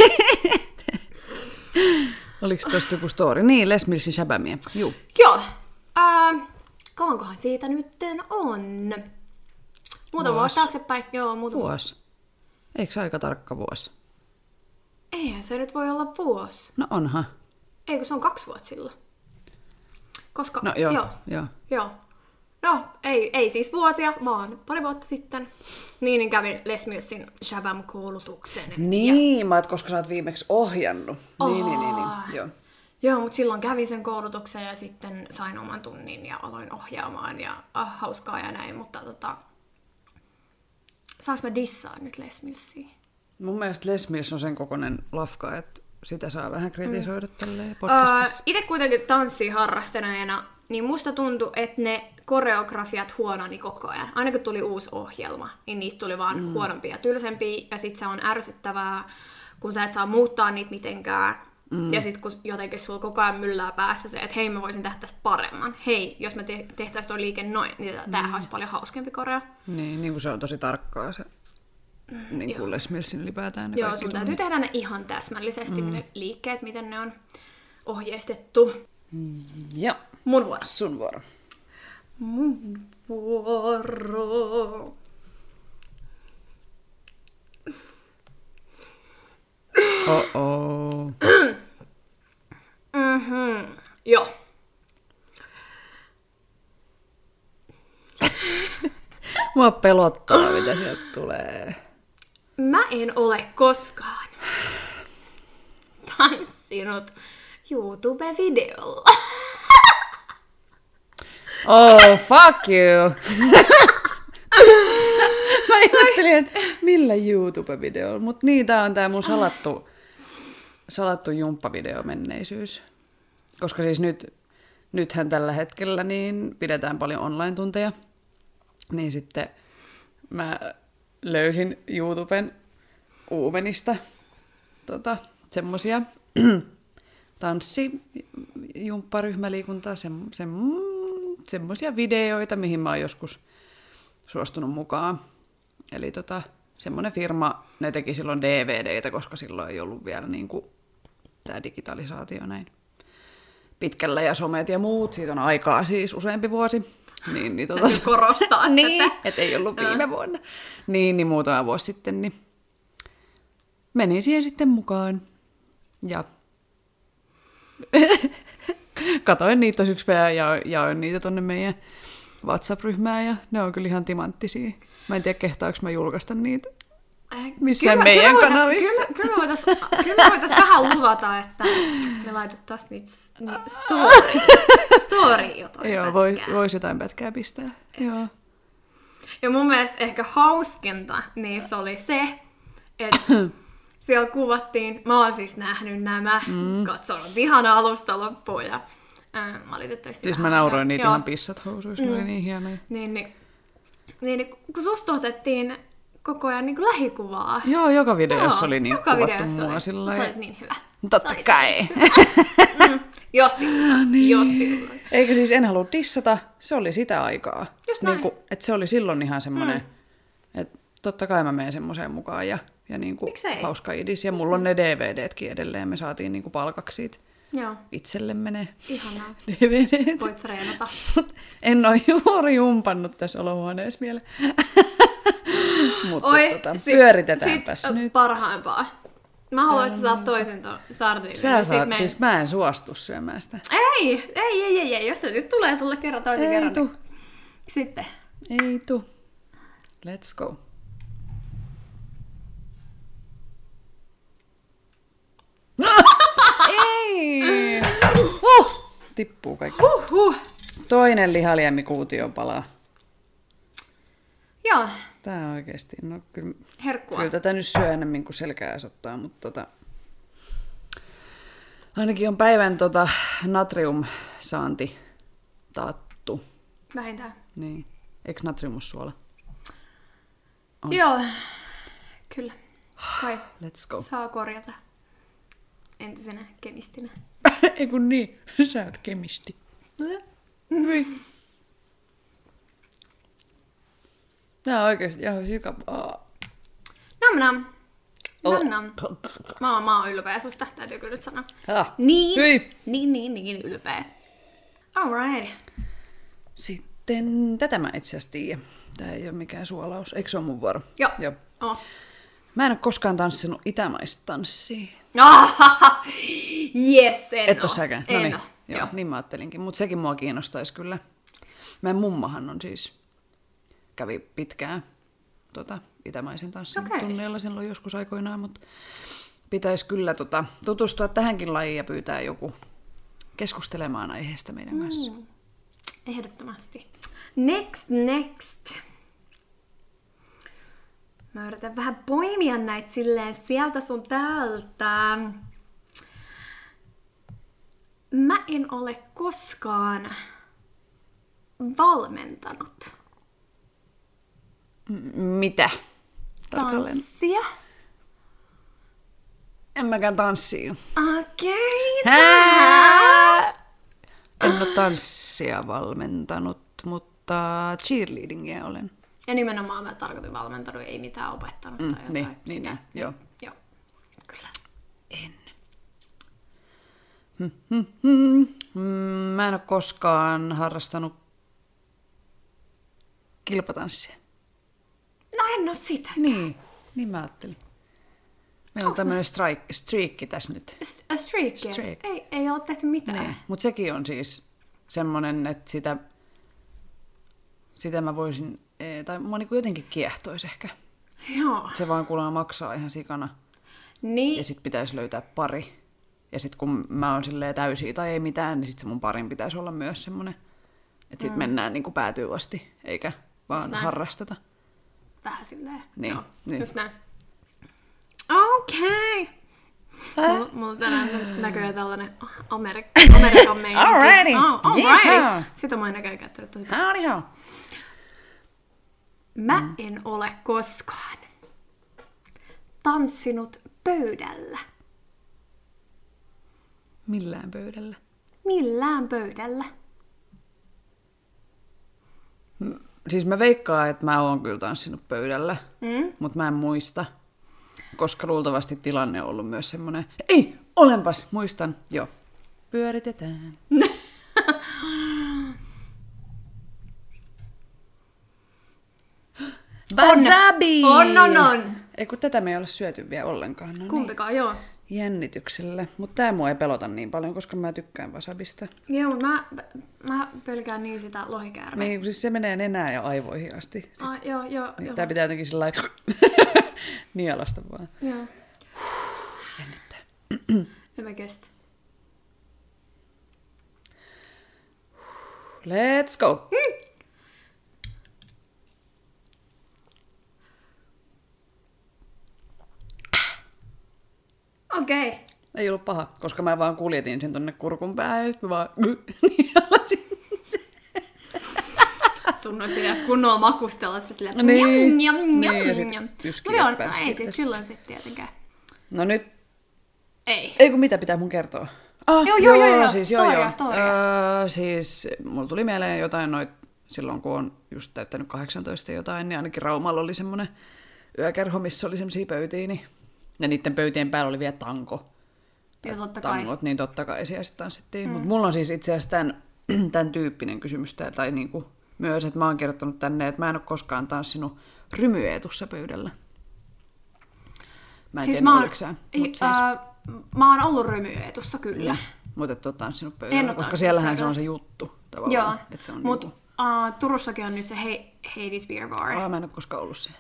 Oliko tosta joku story? Niin, Les Millsin Shabamia. Juu. Joo. Kauankohan siitä nytten on? Muutama vuosi taaksepäin. Joo, muutama Vuosi. Eikö se aika tarkka vuosi? Eihän se nyt voi olla vuosi. No onhan. Eikö se on 2 vuotta silloin? Koska, No joo. No, ei siis vuosia, vaan pari vuotta sitten. Niin kävin Les Millsin Shabam-koulutuksen. Niin, koska sä oot viimeksi ohjannut. Niin. Joo. Joo, mutta silloin kävin sen koulutuksen ja sitten sain oman tunnin ja aloin ohjaamaan ja hauskaa ja näin, mutta saanko mä dissaa nyt Les Millsia? Mun mielestä Les Mills on sen kokoinen lafka, että sitä saa vähän kritisoida tälleen podcastissa. Itse kuitenkin tanssia harrastaneena, niin musta tuntui, että ne koreografiat huononi koko ajan. Aina kun tuli uusi ohjelma, niin niistä tuli vaan huonompia ja tylsempiä. Ja sit se on ärsyttävää, kun sä et saa muuttaa niitä mitenkään. Ja sit kun jotenkin sulla koko ajan myllää päässä se, että hei mä voisin tehdä tästä paremman. Hei, jos mä tehtäis toi liike noin, niin tämähän olisi paljon hauskempi koreo. Niin kuin se on tosi tarkkaa se. Niin kuin Les Millsin ylipäätään ne Joo, kaikki sun täytyy tehdä ne ihan täsmällisesti ne liikkeet, miten ne on ohjeistettu. Joo. Mun vuoro. Sun vuoro. Mun vuoro. Joo. Mua pelottaa, mitä sieltä tulee. Mä en ole koskaan tanssinut YouTube-videolla. Oh, fuck you! Mä ajattelin, että millä YouTube-videolla, mutta niin, tää on tää mun salattu jumppavideo menneisyys. Koska siis nythän tällä hetkellä niin pidetään paljon online-tunteja, niin sitten mä löysin YouTuben uumenista semmosia jumpparyhmäliikuntaa, semmosia videoita, mihin mä oon joskus suostunut mukaan. Eli semmonen firma, ne teki silloin DVDtä, koska silloin ei ollut vielä niinku tää digitalisaatio näin pitkällä ja somet ja muut. Siitä on aikaa siis useampi vuosi. Täytyy korostaa niin, tätä. et ei ollut viime vuonna. Niin muutama vuosi sitten, niin menin siihen sitten mukaan. Ja katoin niitä tosi yksi päivä ja jaoin niitä tonne meidän WhatsApp-ryhmään ja ne on kyllä ihan timanttisia. Mä en tiedä, kehtaanko mä julkaista niitä missään meidän kanavissa. Kyllä me voitais vähän luvata, että me laitettaisiin niitä story jotain. Joo, vois jotain pätkää pistää. Joo. Ja mun mielestä ehkä hauskinta niissä oli se, että siellä kuvattiin, mä oon siis nähnyt nämä, katsonut ihan alusta loppuun ja valitettavasti siis mä nauroin niitä ihan pissat housuissa, ne oli niin hienoja. Niin, kun susta otettiin koko ajan niin lähikuvaa. Joo, joka videossa oli niin kuvattu mua sillä. Sä olit niin hyvä. Totta kai. Jos silloin. Eikä siis en halua dissata, se oli sitä aikaa. Että se oli silloin ihan semmoinen, että totta kai mä menen semmoiseen mukaan ja niinku hauska idis. Ja mulla on ne DVDtkin edelleen, me saatiin niinku palkaksi siitä. Joo. Itsellemme ne ihanaa. DVDt. Voit treenata. En ole juuri jumpannut tässä olohuoneessa vielä. Mutta pyöritetäänpäs nyt. Parhaimpaa. Mä haluan, että sä saat toisen sardinin. Sä saat, siis mä en suostu syömään sitä. Ei. Jos se nyt tulee sulle kerran toisen kerran. Ei tu. Sitten. Ei tu. Let's go. Ei! Tippuu kaikki. Toinen lihaliemikuutio palaa. Joo. Tää on oikeesti, no kyllä, herkkua. Kyllä tätä nyt syö enemmän kuin selkää ottaa, mutta ainakin on päivän natriumsaanti taattu. Vähintään. Niin. Eikö natriumussuola? On. Joo, kyllä. Kai. Let's go. Saa korjata entisenä kemistinä. Ei kun niin, sä oot kemisti. Tää on oikeesti ihan sikapaa. Nam. Mä oon ylpeä susta, täytyy kyllä nyt sanoa. Niin ylpeä. Alright. Sitten tätä mä itse asiassa tiedän. Tää ei oo mikään suolaus. Eikö se oo mun vuoro? Joo. Oh. Mä en oo koskaan tanssinut itämaista tanssia. Yes, en et oo säkään? No niin. Joo, niin mä ajattelinkin. Mut sekin mua kiinnostaisi kyllä. Meidän mummahan on siis kävi pitkään itämaisen tanssin tunneilla silloin joskus aikoinaan, mutta pitäisi kyllä tutustua tähänkin lajiin ja pyytää joku keskustelemaan aiheesta meidän kanssa. Ehdottomasti. Next. Mä yritän vähän poimia näitä silleen sieltä sun täältä. Mä en ole koskaan valmentanut. Mitä? Tanssia. En mäkään tanssia. Okei. En ole tanssia valmentanut, mutta cheerleadingia olen. Ja nimenomaan mä tarkoitin valmentanut, ei mitään opettanut tai jotain. Niin. Joo. Kyllä. En. Mä en ole koskaan harrastanut kilpatanssia. No en oo sitä. Niin mä ajattelin. Meillä on tämmöinen streakki tässä nyt. Streakki? Streak. Ei ole tehty mitään. Niin. Mutta sekin on siis semmoinen, että sitä mä voisin, tai mua niinku jotenkin kiehtoisi ehkä. Joo. Se vaan kuulemma maksaa ihan sikana. Niin. Ja sit pitäisi löytää pari. Ja sit kun mä oon silleen täysiä tai ei mitään, niin sit se mun parin pitäisi olla myös semmonen, että sit mennään niinku päätyy asti, eikä vaan harrasteta. Vähän silleen. Niin. Joo. Niin. Just näin. Okei. Mulla tänään näköjään tällainen Amerikan meininki. Alrighty. Alrighty. Yeah. Sitä mä oon näköjään käyttänyt tosi paljon. Howdy ho. Mä en ole koskaan tanssinut pöydällä. Millään pöydällä. Millään pöydällä. Siis mä veikkaan, että mä oon kyllä tanssinut pöydällä, mutta mä en muista. Koska luultavasti tilanne on ollut myös semmoinen, ei, olenpas, muistan, joo, pyöritetään. Wasabi! On. Ei kun tätä me ei ole syöty vielä ollenkaan. No Kumpikaan, joo. niin, jännityksellä. Mutta tää mua ei pelota niin paljon, koska mä tykkään wasabista. Joo, mä pelkään niin sitä lohikäärmeä. Niin, siis se menee nenään ja aivoihin asti. Joo. Niin, tää pitää jotenkin sillä nielasta vaan. Joo. Jännittää. En mä kestä. Let's go! Okei. Ei ollut paha, koska mä vaan kuljetin sen tonne kurkun päähän ja sit mä vaan nielasin sen. Sun on pidä kunnolla makustella se silleen. Niin. Njam, Ja sit njam. yskiä Mutta joo, pärskiä ei sit tässä. silloin sit tietenkään. No nyt, Ei. kun mitä pitää mun kertoa? Joo. Siis Storia. Siis mulla tuli mieleen jotain noit, silloin kun on just täyttänyt 18 jotain, niin ainakin Raumalla oli semmonen yökerho, missä oli semmosia pöytiä, niin, ja niiden pöytien päällä oli vielä tanko. Joo, totta kai. Tangot, niin totta kai siellä sitten tanssittiin. Mutta mulla on siis itse asiassa tämän tyyppinen kysymys, tai niinku myös, että mä oon kertonut tänne, että mä en ole koskaan tanssinut rymyeetussa pöydällä. Mä en Siis tiedä, oliko sä. mä oon ollut rymyeetussa kyllä. Mutta et ole tanssinut En pöydällä, oo koska tanssinut siellähän se pöydällä. on se juttu tavallaan. Joo, Että se on mutta niinku... Turussakin on nyt se Hades Beer Bar. Mä en ole koskaan ollut siellä.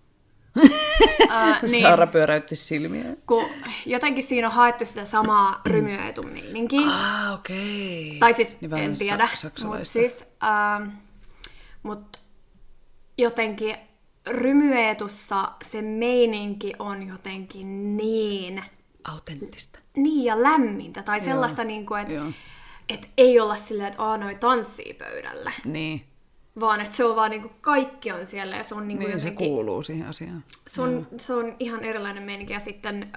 Niin, Saara pyöräytti silmiä. kun jotenkin siinä on haettu sitä samaa rymyetun meininkiä. Okei. Tai siis Niin vähän en tiedä, mutta saksalaista. siis, jotenkin rymyetussa se meininki on jotenkin niin ja lämmintä. Tai sellaista, niin kuin, että Joo. et ei olla silleen, että noi tanssii pöydällä. Niin. Vaan että se on vaan niinku kaikki on siellä ja se on niinku Niin, se jotenkin... kuuluu siihen asiaan. Se on ihan erilainen meininki. Ja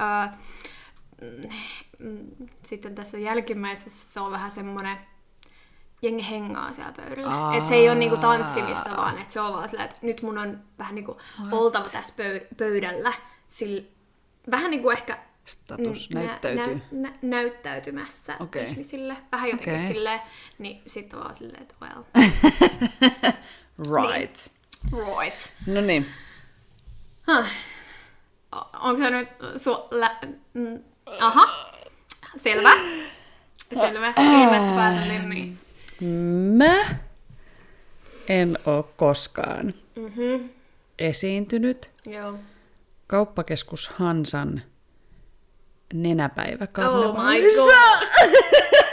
sitten tässä jälkimmäisessä se on vähän semmoinen jengi hengaa siellä pöydällä. Että se ei ole niinku tanssimista, vaan että se on vaan silleen, että nyt mun on vähän niinku oltava tässä pöydällä. Vähän niinku ehkä Status näyttäytyy. näyttäytymässä ihmisille. Vähän jotenkin silleen, niin sitten vaan silleen, että well. Right. Right. No niin. Onko se nyt aha. Selvä. Ilmeisesti päätellen, niin. Mä en oo koskaan esiintynyt Joo. Kauppakeskus Hansan Oh nenäpäiväkarnevaalissa. my god.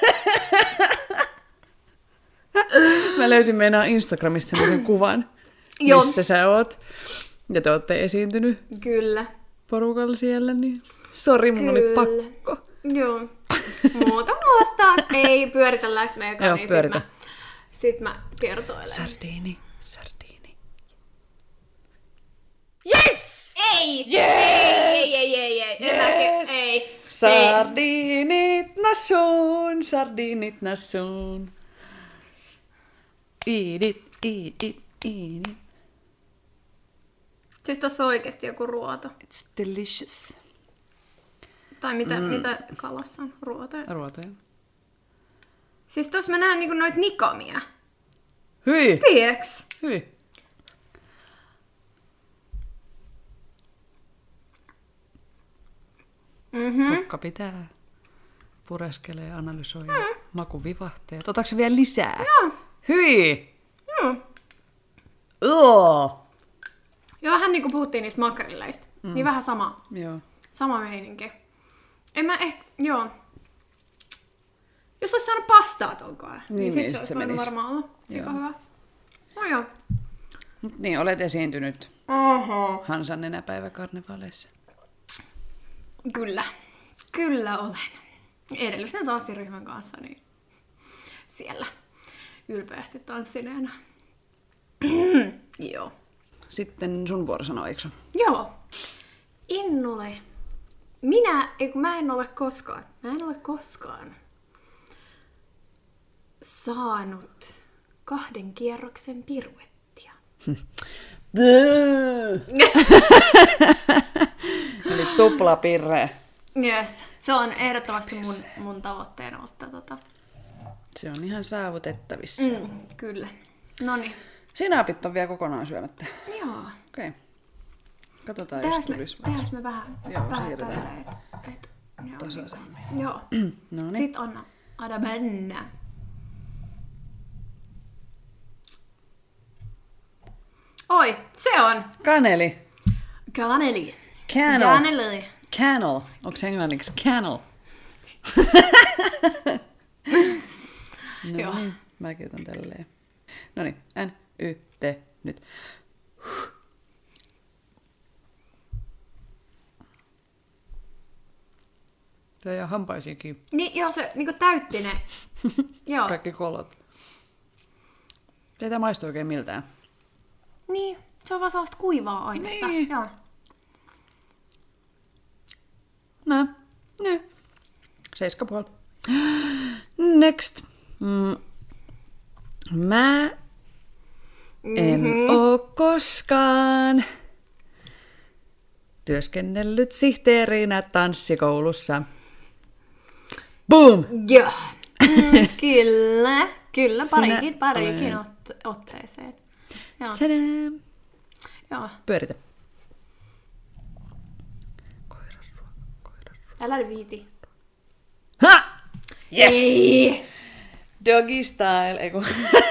Mä löysin meidän Instagramista semmoisen kuvan, Joo. missä sä oot. Ja te ootte esiintynyt Kyllä. porukalla siellä, niin sori, mun oli pakko. Joo. Muuta vastaan. Ei, pyöritelläänkö me eka, Joo, niin pyöritä. sit mä kertoilen. Sardiini. Yes! Ei! Yes! Ei. Ei. Sardinit nassun. Iidit. Siis tossa on oikeesti joku ruoto. It's delicious. Tai mitä kalassa on? Ruotoja. Ruotoja. Siis tossa mä näen niinku noit nikamia. Hyi! Tiiäks? Hyi! Pukka pitää. Pureskelee, analysoi. Makuvivahteet. Otatko vielä lisää? Joo. Hyi! Mm. Joo, Joo, hän niinku puhuttiin niistä makrilleista. Niin vähän sama meininki. En mä joo. Jos olisi saanut pastaa tonkaan, niin sit se olisi voinut varmaan olla sika hyvä. No joo. Niin, olet esiintynyt Oho. Hansan nenäpäiväkarnevaaleissa. Kyllä olen. Edellisen tanssiryhmän kanssa niin siellä ylpeästi tanssineena. Joo. Sitten sun vuoro sanoo, eikö se? Joo. En ole. Mä en ole koskaan saanut 2 kierroksen piruettia. Eli tuplapirre. Yes. Se on ehdottomasti mun tavoitteena ottaa Se on ihan saavutettavissa. Kyllä. Noniin. Sinapit on vielä kokonaan syömättä. Joo. Okei. Okay. Katsotaan, jos tulisi. Tehdäänkö me vähän siirretään. tälleen, joo, Tasaisemmin. Joo. Noniin. Sitten anna mennä. Oi, se on Kaneli. kaneli. Cannel. Kaneli. Cannel. Onko se englanniksi cannel? Joo. Niin, mäkin otan tälleen. Noniin, N-Y-T, nyt. Tää jää hampaisiinkin. Niin, joo, se niinku täytti ne. Joo. Kaikki kolot. Ei tää maistu oikein miltään. Niin, se on vaan sellaista kuivaa ainetta. Niin. Joo. No. 7,5. Next. Mä en oo koskaan työskennellyt sihteerinä tanssikoulussa. Boom! Joo. Kyllä, parikin otteeseen. Joo. Tadam! Joo. Pyöritä. Älä viiti. Ha! Yes! Ei. Doggy style, eiku.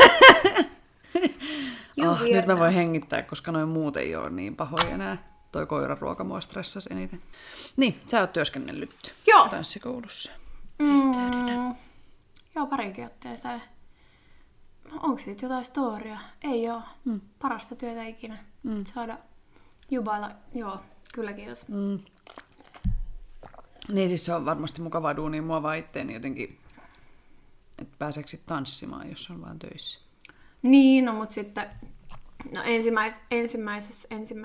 Juu, Nyt mä voin hengittää, koska noin muut ei ole niin pahoja enää. Toi koiran ruoka mua stressasi eniten. Niin, sä oot työskennellyt Joo. tanssikoulussa. Joo, parikin otteeseen. Onko siitä jotain storia? Ei oo. Parasta työtä ikinä. Saada jubailla. Joo, kyllä kiitos. Niin siis se on varmasti mukavaa duunia mua vaan itteeni jotenkin, että pääseekö sit tanssimaan, jos on vaan töissä. Niin, no mut sitten no ensimmäisessä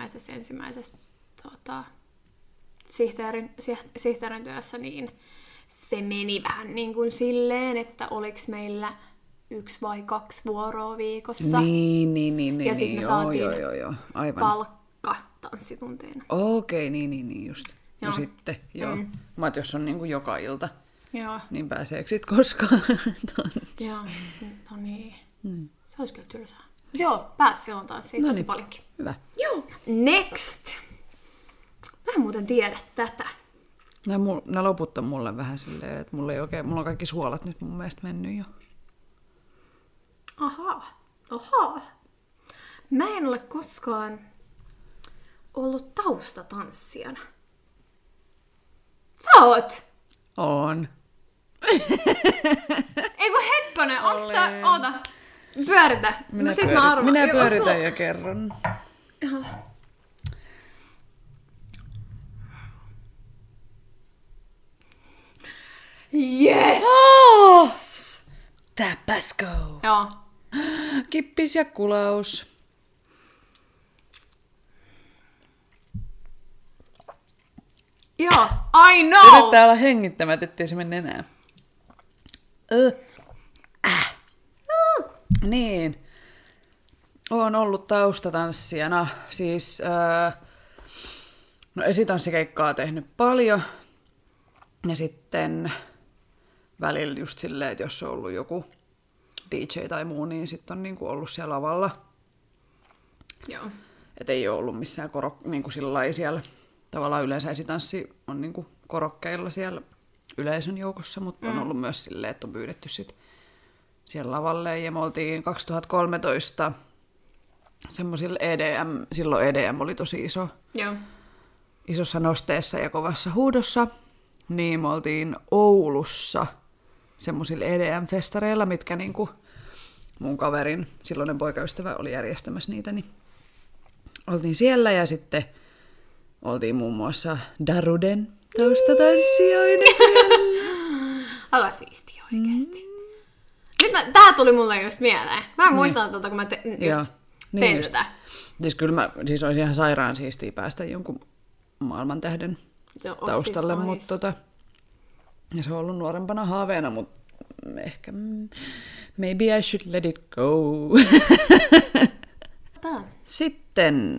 sihteerin työssä, niin se meni vähän niin kuin silleen, että oliks meillä 1 vai 2 vuoroa viikossa. Niin. Ja sitten me saatiin joo. Aivan. palkka tanssitunteina. Okei, niin just. Joo. No sitten, joo. Mä oot, jos on niinku joka ilta, Joo. niin pääseekö sit koskaan tanssiin? Joo, no niin. Se olisi kyllä tylsää. Joo, pääsi silloin tanssiin tosi paljonkin. Hyvä. Joo. Next. Mä en muuten tiedä tätä. Nämä loput on mulle vähän silleen, että mulla on kaikki suolat nyt mun mielestä mennyt jo. Ahaa. Mä en ole koskaan ollut taustatanssijana. Sä oot! On. Eiku hetkonen, onks tää... Oota. Pyöritä. Minä Mä pyöritän ja kerron. Yes! Oh! Tabasco! Joo. Kippis ja kulaus. Joo, I know! Yrittää olla hengittämät, ettei se mene enää. Niin. Oon ollut taustatanssijana. Siis esitansikeikkaa tehnyt paljon. Ja sitten välillä just silleen, että jos on ollut joku DJ tai muu, niin sitten on niinku ollut siellä lavalla. Joo. Et ei ole ollut missään niinku sillai siellä. Tavallaan yleensä esitanssi on niinku korokkeilla siellä yleisön joukossa, mutta on ollut myös silleen, että on pyydetty sit siellä lavalle. Ja me oltiin 2013 semmoisilla silloin EDM oli tosi iso. Joo. Isossa nosteessa ja kovassa huudossa. Niin me oltiin Oulussa semmoisilla EDM-festareilla, mitkä niinku mun kaverin silloinen poikaystävä oli järjestämässä niitä, niin oltiin siellä ja sitten oltiin muun muassa Daruden taustatanssijoina siellä. Aika siistiä oikeesti. Nyt tää tuli mulle just mieleen. Mä muistan kun mä tein tätä. Siis kyllä siis olisi ihan sairaan siistiä päästä jonkun maailmantähden taustalle, siis mutta ja se on ollut nuorempana haaveena, mutta ehkä maybe I should let it go. Sitten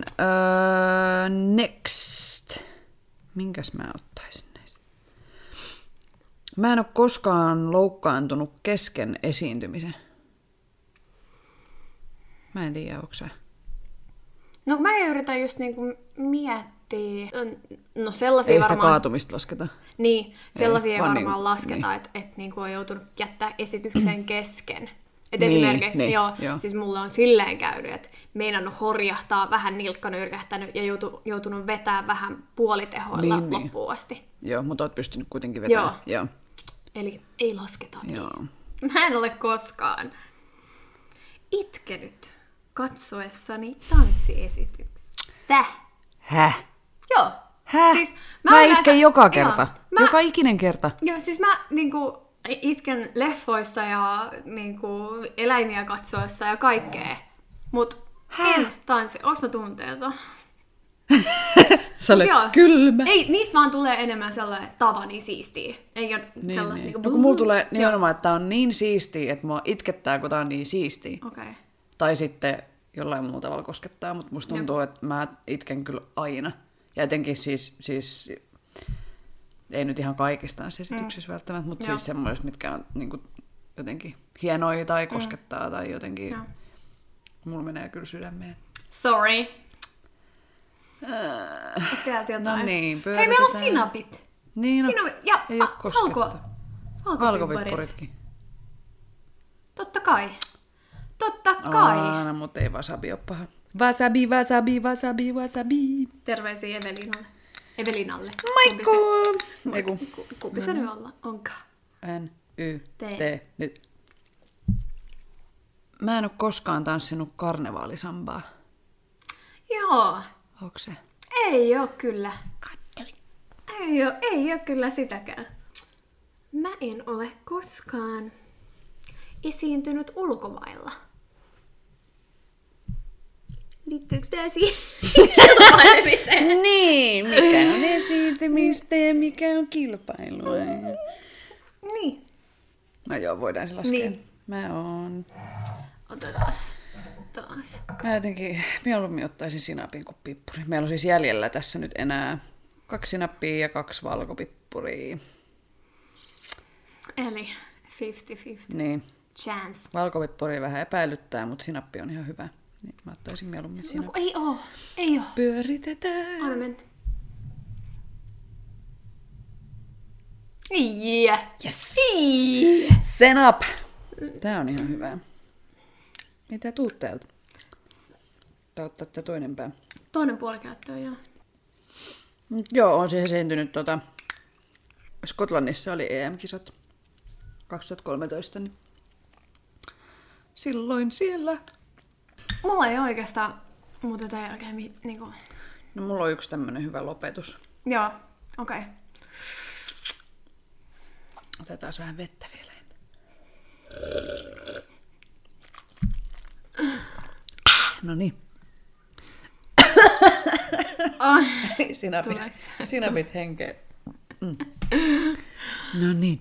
next. Minkäs mä ottaisin näistä? Mä en ole koskaan loukkaantunut kesken esiintymisen. Mä en tiedä, onko sä? No mä yritän just niinku miettiä. No sellaisia ei sitä varmaan kaatumista lasketa. Niin, sellaisia ei varmaan niin, lasketa, niin. että niinku on joutunut jättää esityksen kesken. Et Niin, esimerkiksi, niin, joo, joo. siis mulla on silleen käynyt, että meinannut horjahtaa, vähän nilkka nyrkähtänyt ja joutunut vetää vähän puolitehoilla Niin. loppuun asti. Joo, mutta oot pystynyt kuitenkin vetämään. Joo. Eli ei lasketa Joo. niin. Mä en ole koskaan itkenyt katsoessani tanssiesitystä. Häh? Joo. Häh? Siis mä yleensä- itken joka kerta. Joo, Joka ikinen kerta. Joo, siis mä niinku itken leffoissa ja niinku eläimiä katsoessa ja kaikkea. Mut en tanssi. Onks mä tunteeton? Sä olet Joo. kylmä. Ei, niistä vaan tulee enemmän sellainen tavani siistiä. Ei ole sellaista Niin. niinku... No kun mulla tulee nimenomaan, että tää on niin siistiä, että mua itkettää, kun tää on niin siistiä. Okei. Tai sitten jollain muulla tavalla koskettaa, mutta musta tuntuu, että mä itken kyllä aina. Ja etenkin siis ei nyt ihan kaikissa tanssiesityksissä välttämättä, mutta siis semmoiset, mitkä on niin kuin, jotenkin hienoja tai koskettaa tai jotenkin... Joo. Mulla menee kyllä sydämeen. Sorry. Sieltä jotain. No niin, Hei, meillä on sinapit. Niin no, Ja ei oo kosketta. valkopipparit. Valkopippuritkin. Totta kai. Totta kai. Aina, mutta ei wasabi ole paha. Wasabi. Terveisiä Evelinalle. Michael! Eiku. Kumpi se nyt onkaan? N-Y-T. Nyt. Mä en oo koskaan tanssinut karnevaalisambaa. Joo. Onko se? Ei oo kyllä. Ei oo kyllä sitäkään. Mä en ole koskaan esiintynyt ulkomailla. Liittyykö tää siihen kilpailemiseen? Niin, mikä on esiintymistä ja mikä on kilpailua. Niin. No joo, voidaan se laskea. Niin. Mä oon... Otetaan taas. Mä jotenkin mieluummin ottaisin sinapin kuin pippuri. Meillä on siis jäljellä tässä nyt enää 2 sinappia ja 2 valkopippuria. Eli 50-50 Niin. chance. Valkopippuri vähän epäilyttää, mutta sinappi on ihan hyvä. Niin mä ottaisin mieluummin No sinappi. ei oo. Pyöritetään. Anna mennä. Yeah. Yes. Yeah. Senap. Tää on ihan hyvä. Mitä tuut täältä? Tai ottaa tää toinen pää. Toinen puoli käyttöön, joo. Joo, on se esiintynyt Skotlannissa oli EM-kisat 2013, niin silloin siellä. Mulla ei oikeastaan muuta tämän jälkeen niinku... No mulla on yksi tämmönen hyvä lopetus. Joo, okei. Otetaan vähän vettä vielä ennen. No niin. Sinapit henkeä. No niin.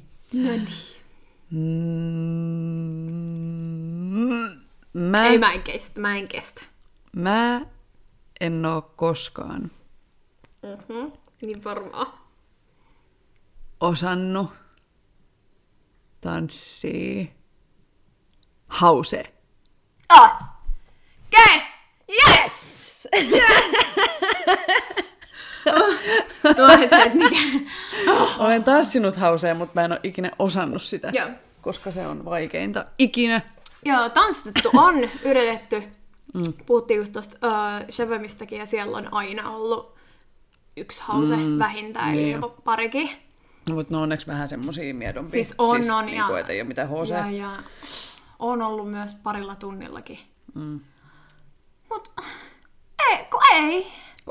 Mä en kestä. Mä en oo koskaan Niin varmaan. osannut tanssia hause. Okei! Yes! Olen tanssinut hauseen, mutta mä en ole ikinä osannut sitä, Joo. koska se on vaikeinta ikinä. Joo, tanssitettu on yritetty. Puhuttiin just tuosta Chevemistäkin, ja siellä on aina ollut yksi hause vähintään, eli jopa parikin. No, mutta ne on onneksi vähän semmosia miedompia. Siis on, niin kuin, et ei ole mitään hosea. Ja on ollut myös parilla tunnillakin. Mut ei.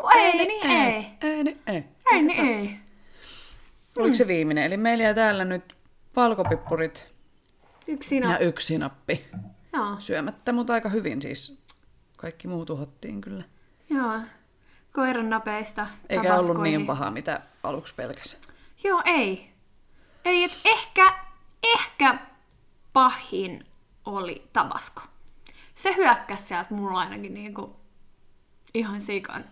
Oliko se viimeinen? Eli meillä jää täällä nyt valkopippurit ja yksi sinappi syömättä, mutta aika hyvin siis. Kaikki muu tuhottiin kyllä. Joo, koiran napeista eikä ollut niin paha, mitä aluksi pelkäsi. Joo, ei. Ei, et ehkä pahin oli tabasko. Se hyökkäsi sieltä mulla ainakin niinku ihan sikan.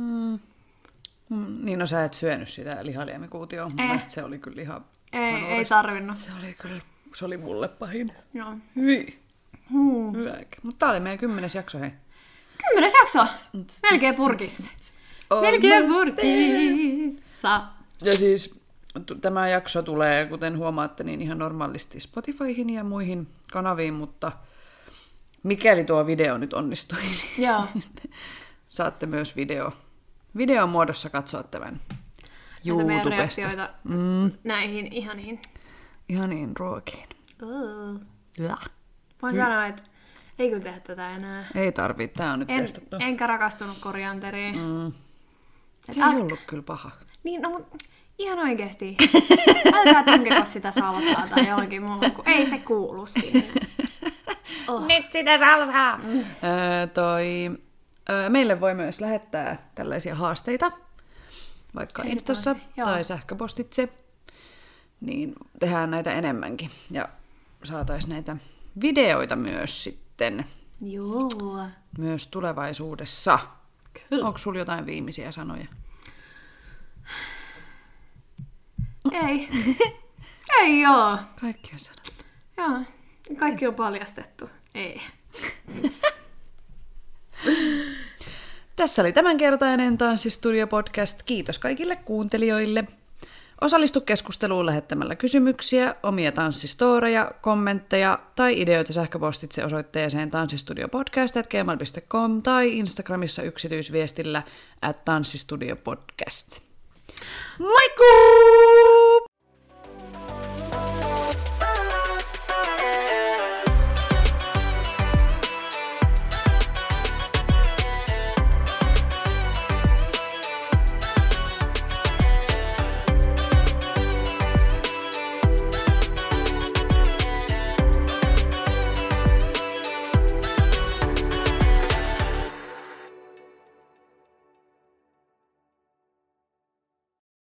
Niin, no sä et syönyt sitä lihaliemikuutioon. Mun mielestä se oli kyllä ihan... Ei tarvinnut. Se oli mulle pahin. Joo. Hyi. Mutta tää oli meidän 10. jakso, hei. 10. jakso! Melkein purkissa. Melkein purkissa. Ja siis tämä jakso tulee, kuten huomaatte, niin ihan normaalisti Spotifyhin ja muihin kanaviin, mutta mikäli tuo video nyt onnistui, niin saatte myös videon muodossa katsoa tämän YouTubesta. Meidän reaktioita näihin ihaniin ruokiin. Voin sanoa, että ei kyllä tehdä tätä enää. Ei tarvitse, tää on nyt testattu. Enkä rakastunut korianteriin. Se ei ollut kyllä paha. Niin, no ihan oikeesti. Älkää tunkeko sitä salsaa tai johonkin muuhun, kun ei se kuulu sinne. Nyt sitä salsaa! Meille voi myös lähettää tällaisia haasteita, vaikka Instassa tai sähköpostitse, niin tehdään näitä enemmänkin. Ja saataisiin näitä videoita myös sitten. Joo. Myös tulevaisuudessa. Kyllä. Onko sulla jotain viimeisiä sanoja? Ei. Ei oo. Kaikki on sanottu. Joo. Kaikki on paljastettu. Ei. Tässä oli tämänkertainen Tanssistudio-podcast. Kiitos kaikille kuuntelijoille. Osallistu keskusteluun lähettämällä kysymyksiä, omia tanssistoreja, kommentteja tai ideoita sähköpostitse osoitteeseen tanssistudiopodcast@gmail.com tai Instagramissa yksityisviestillä @tanssistudiopodcast. Moikkuu!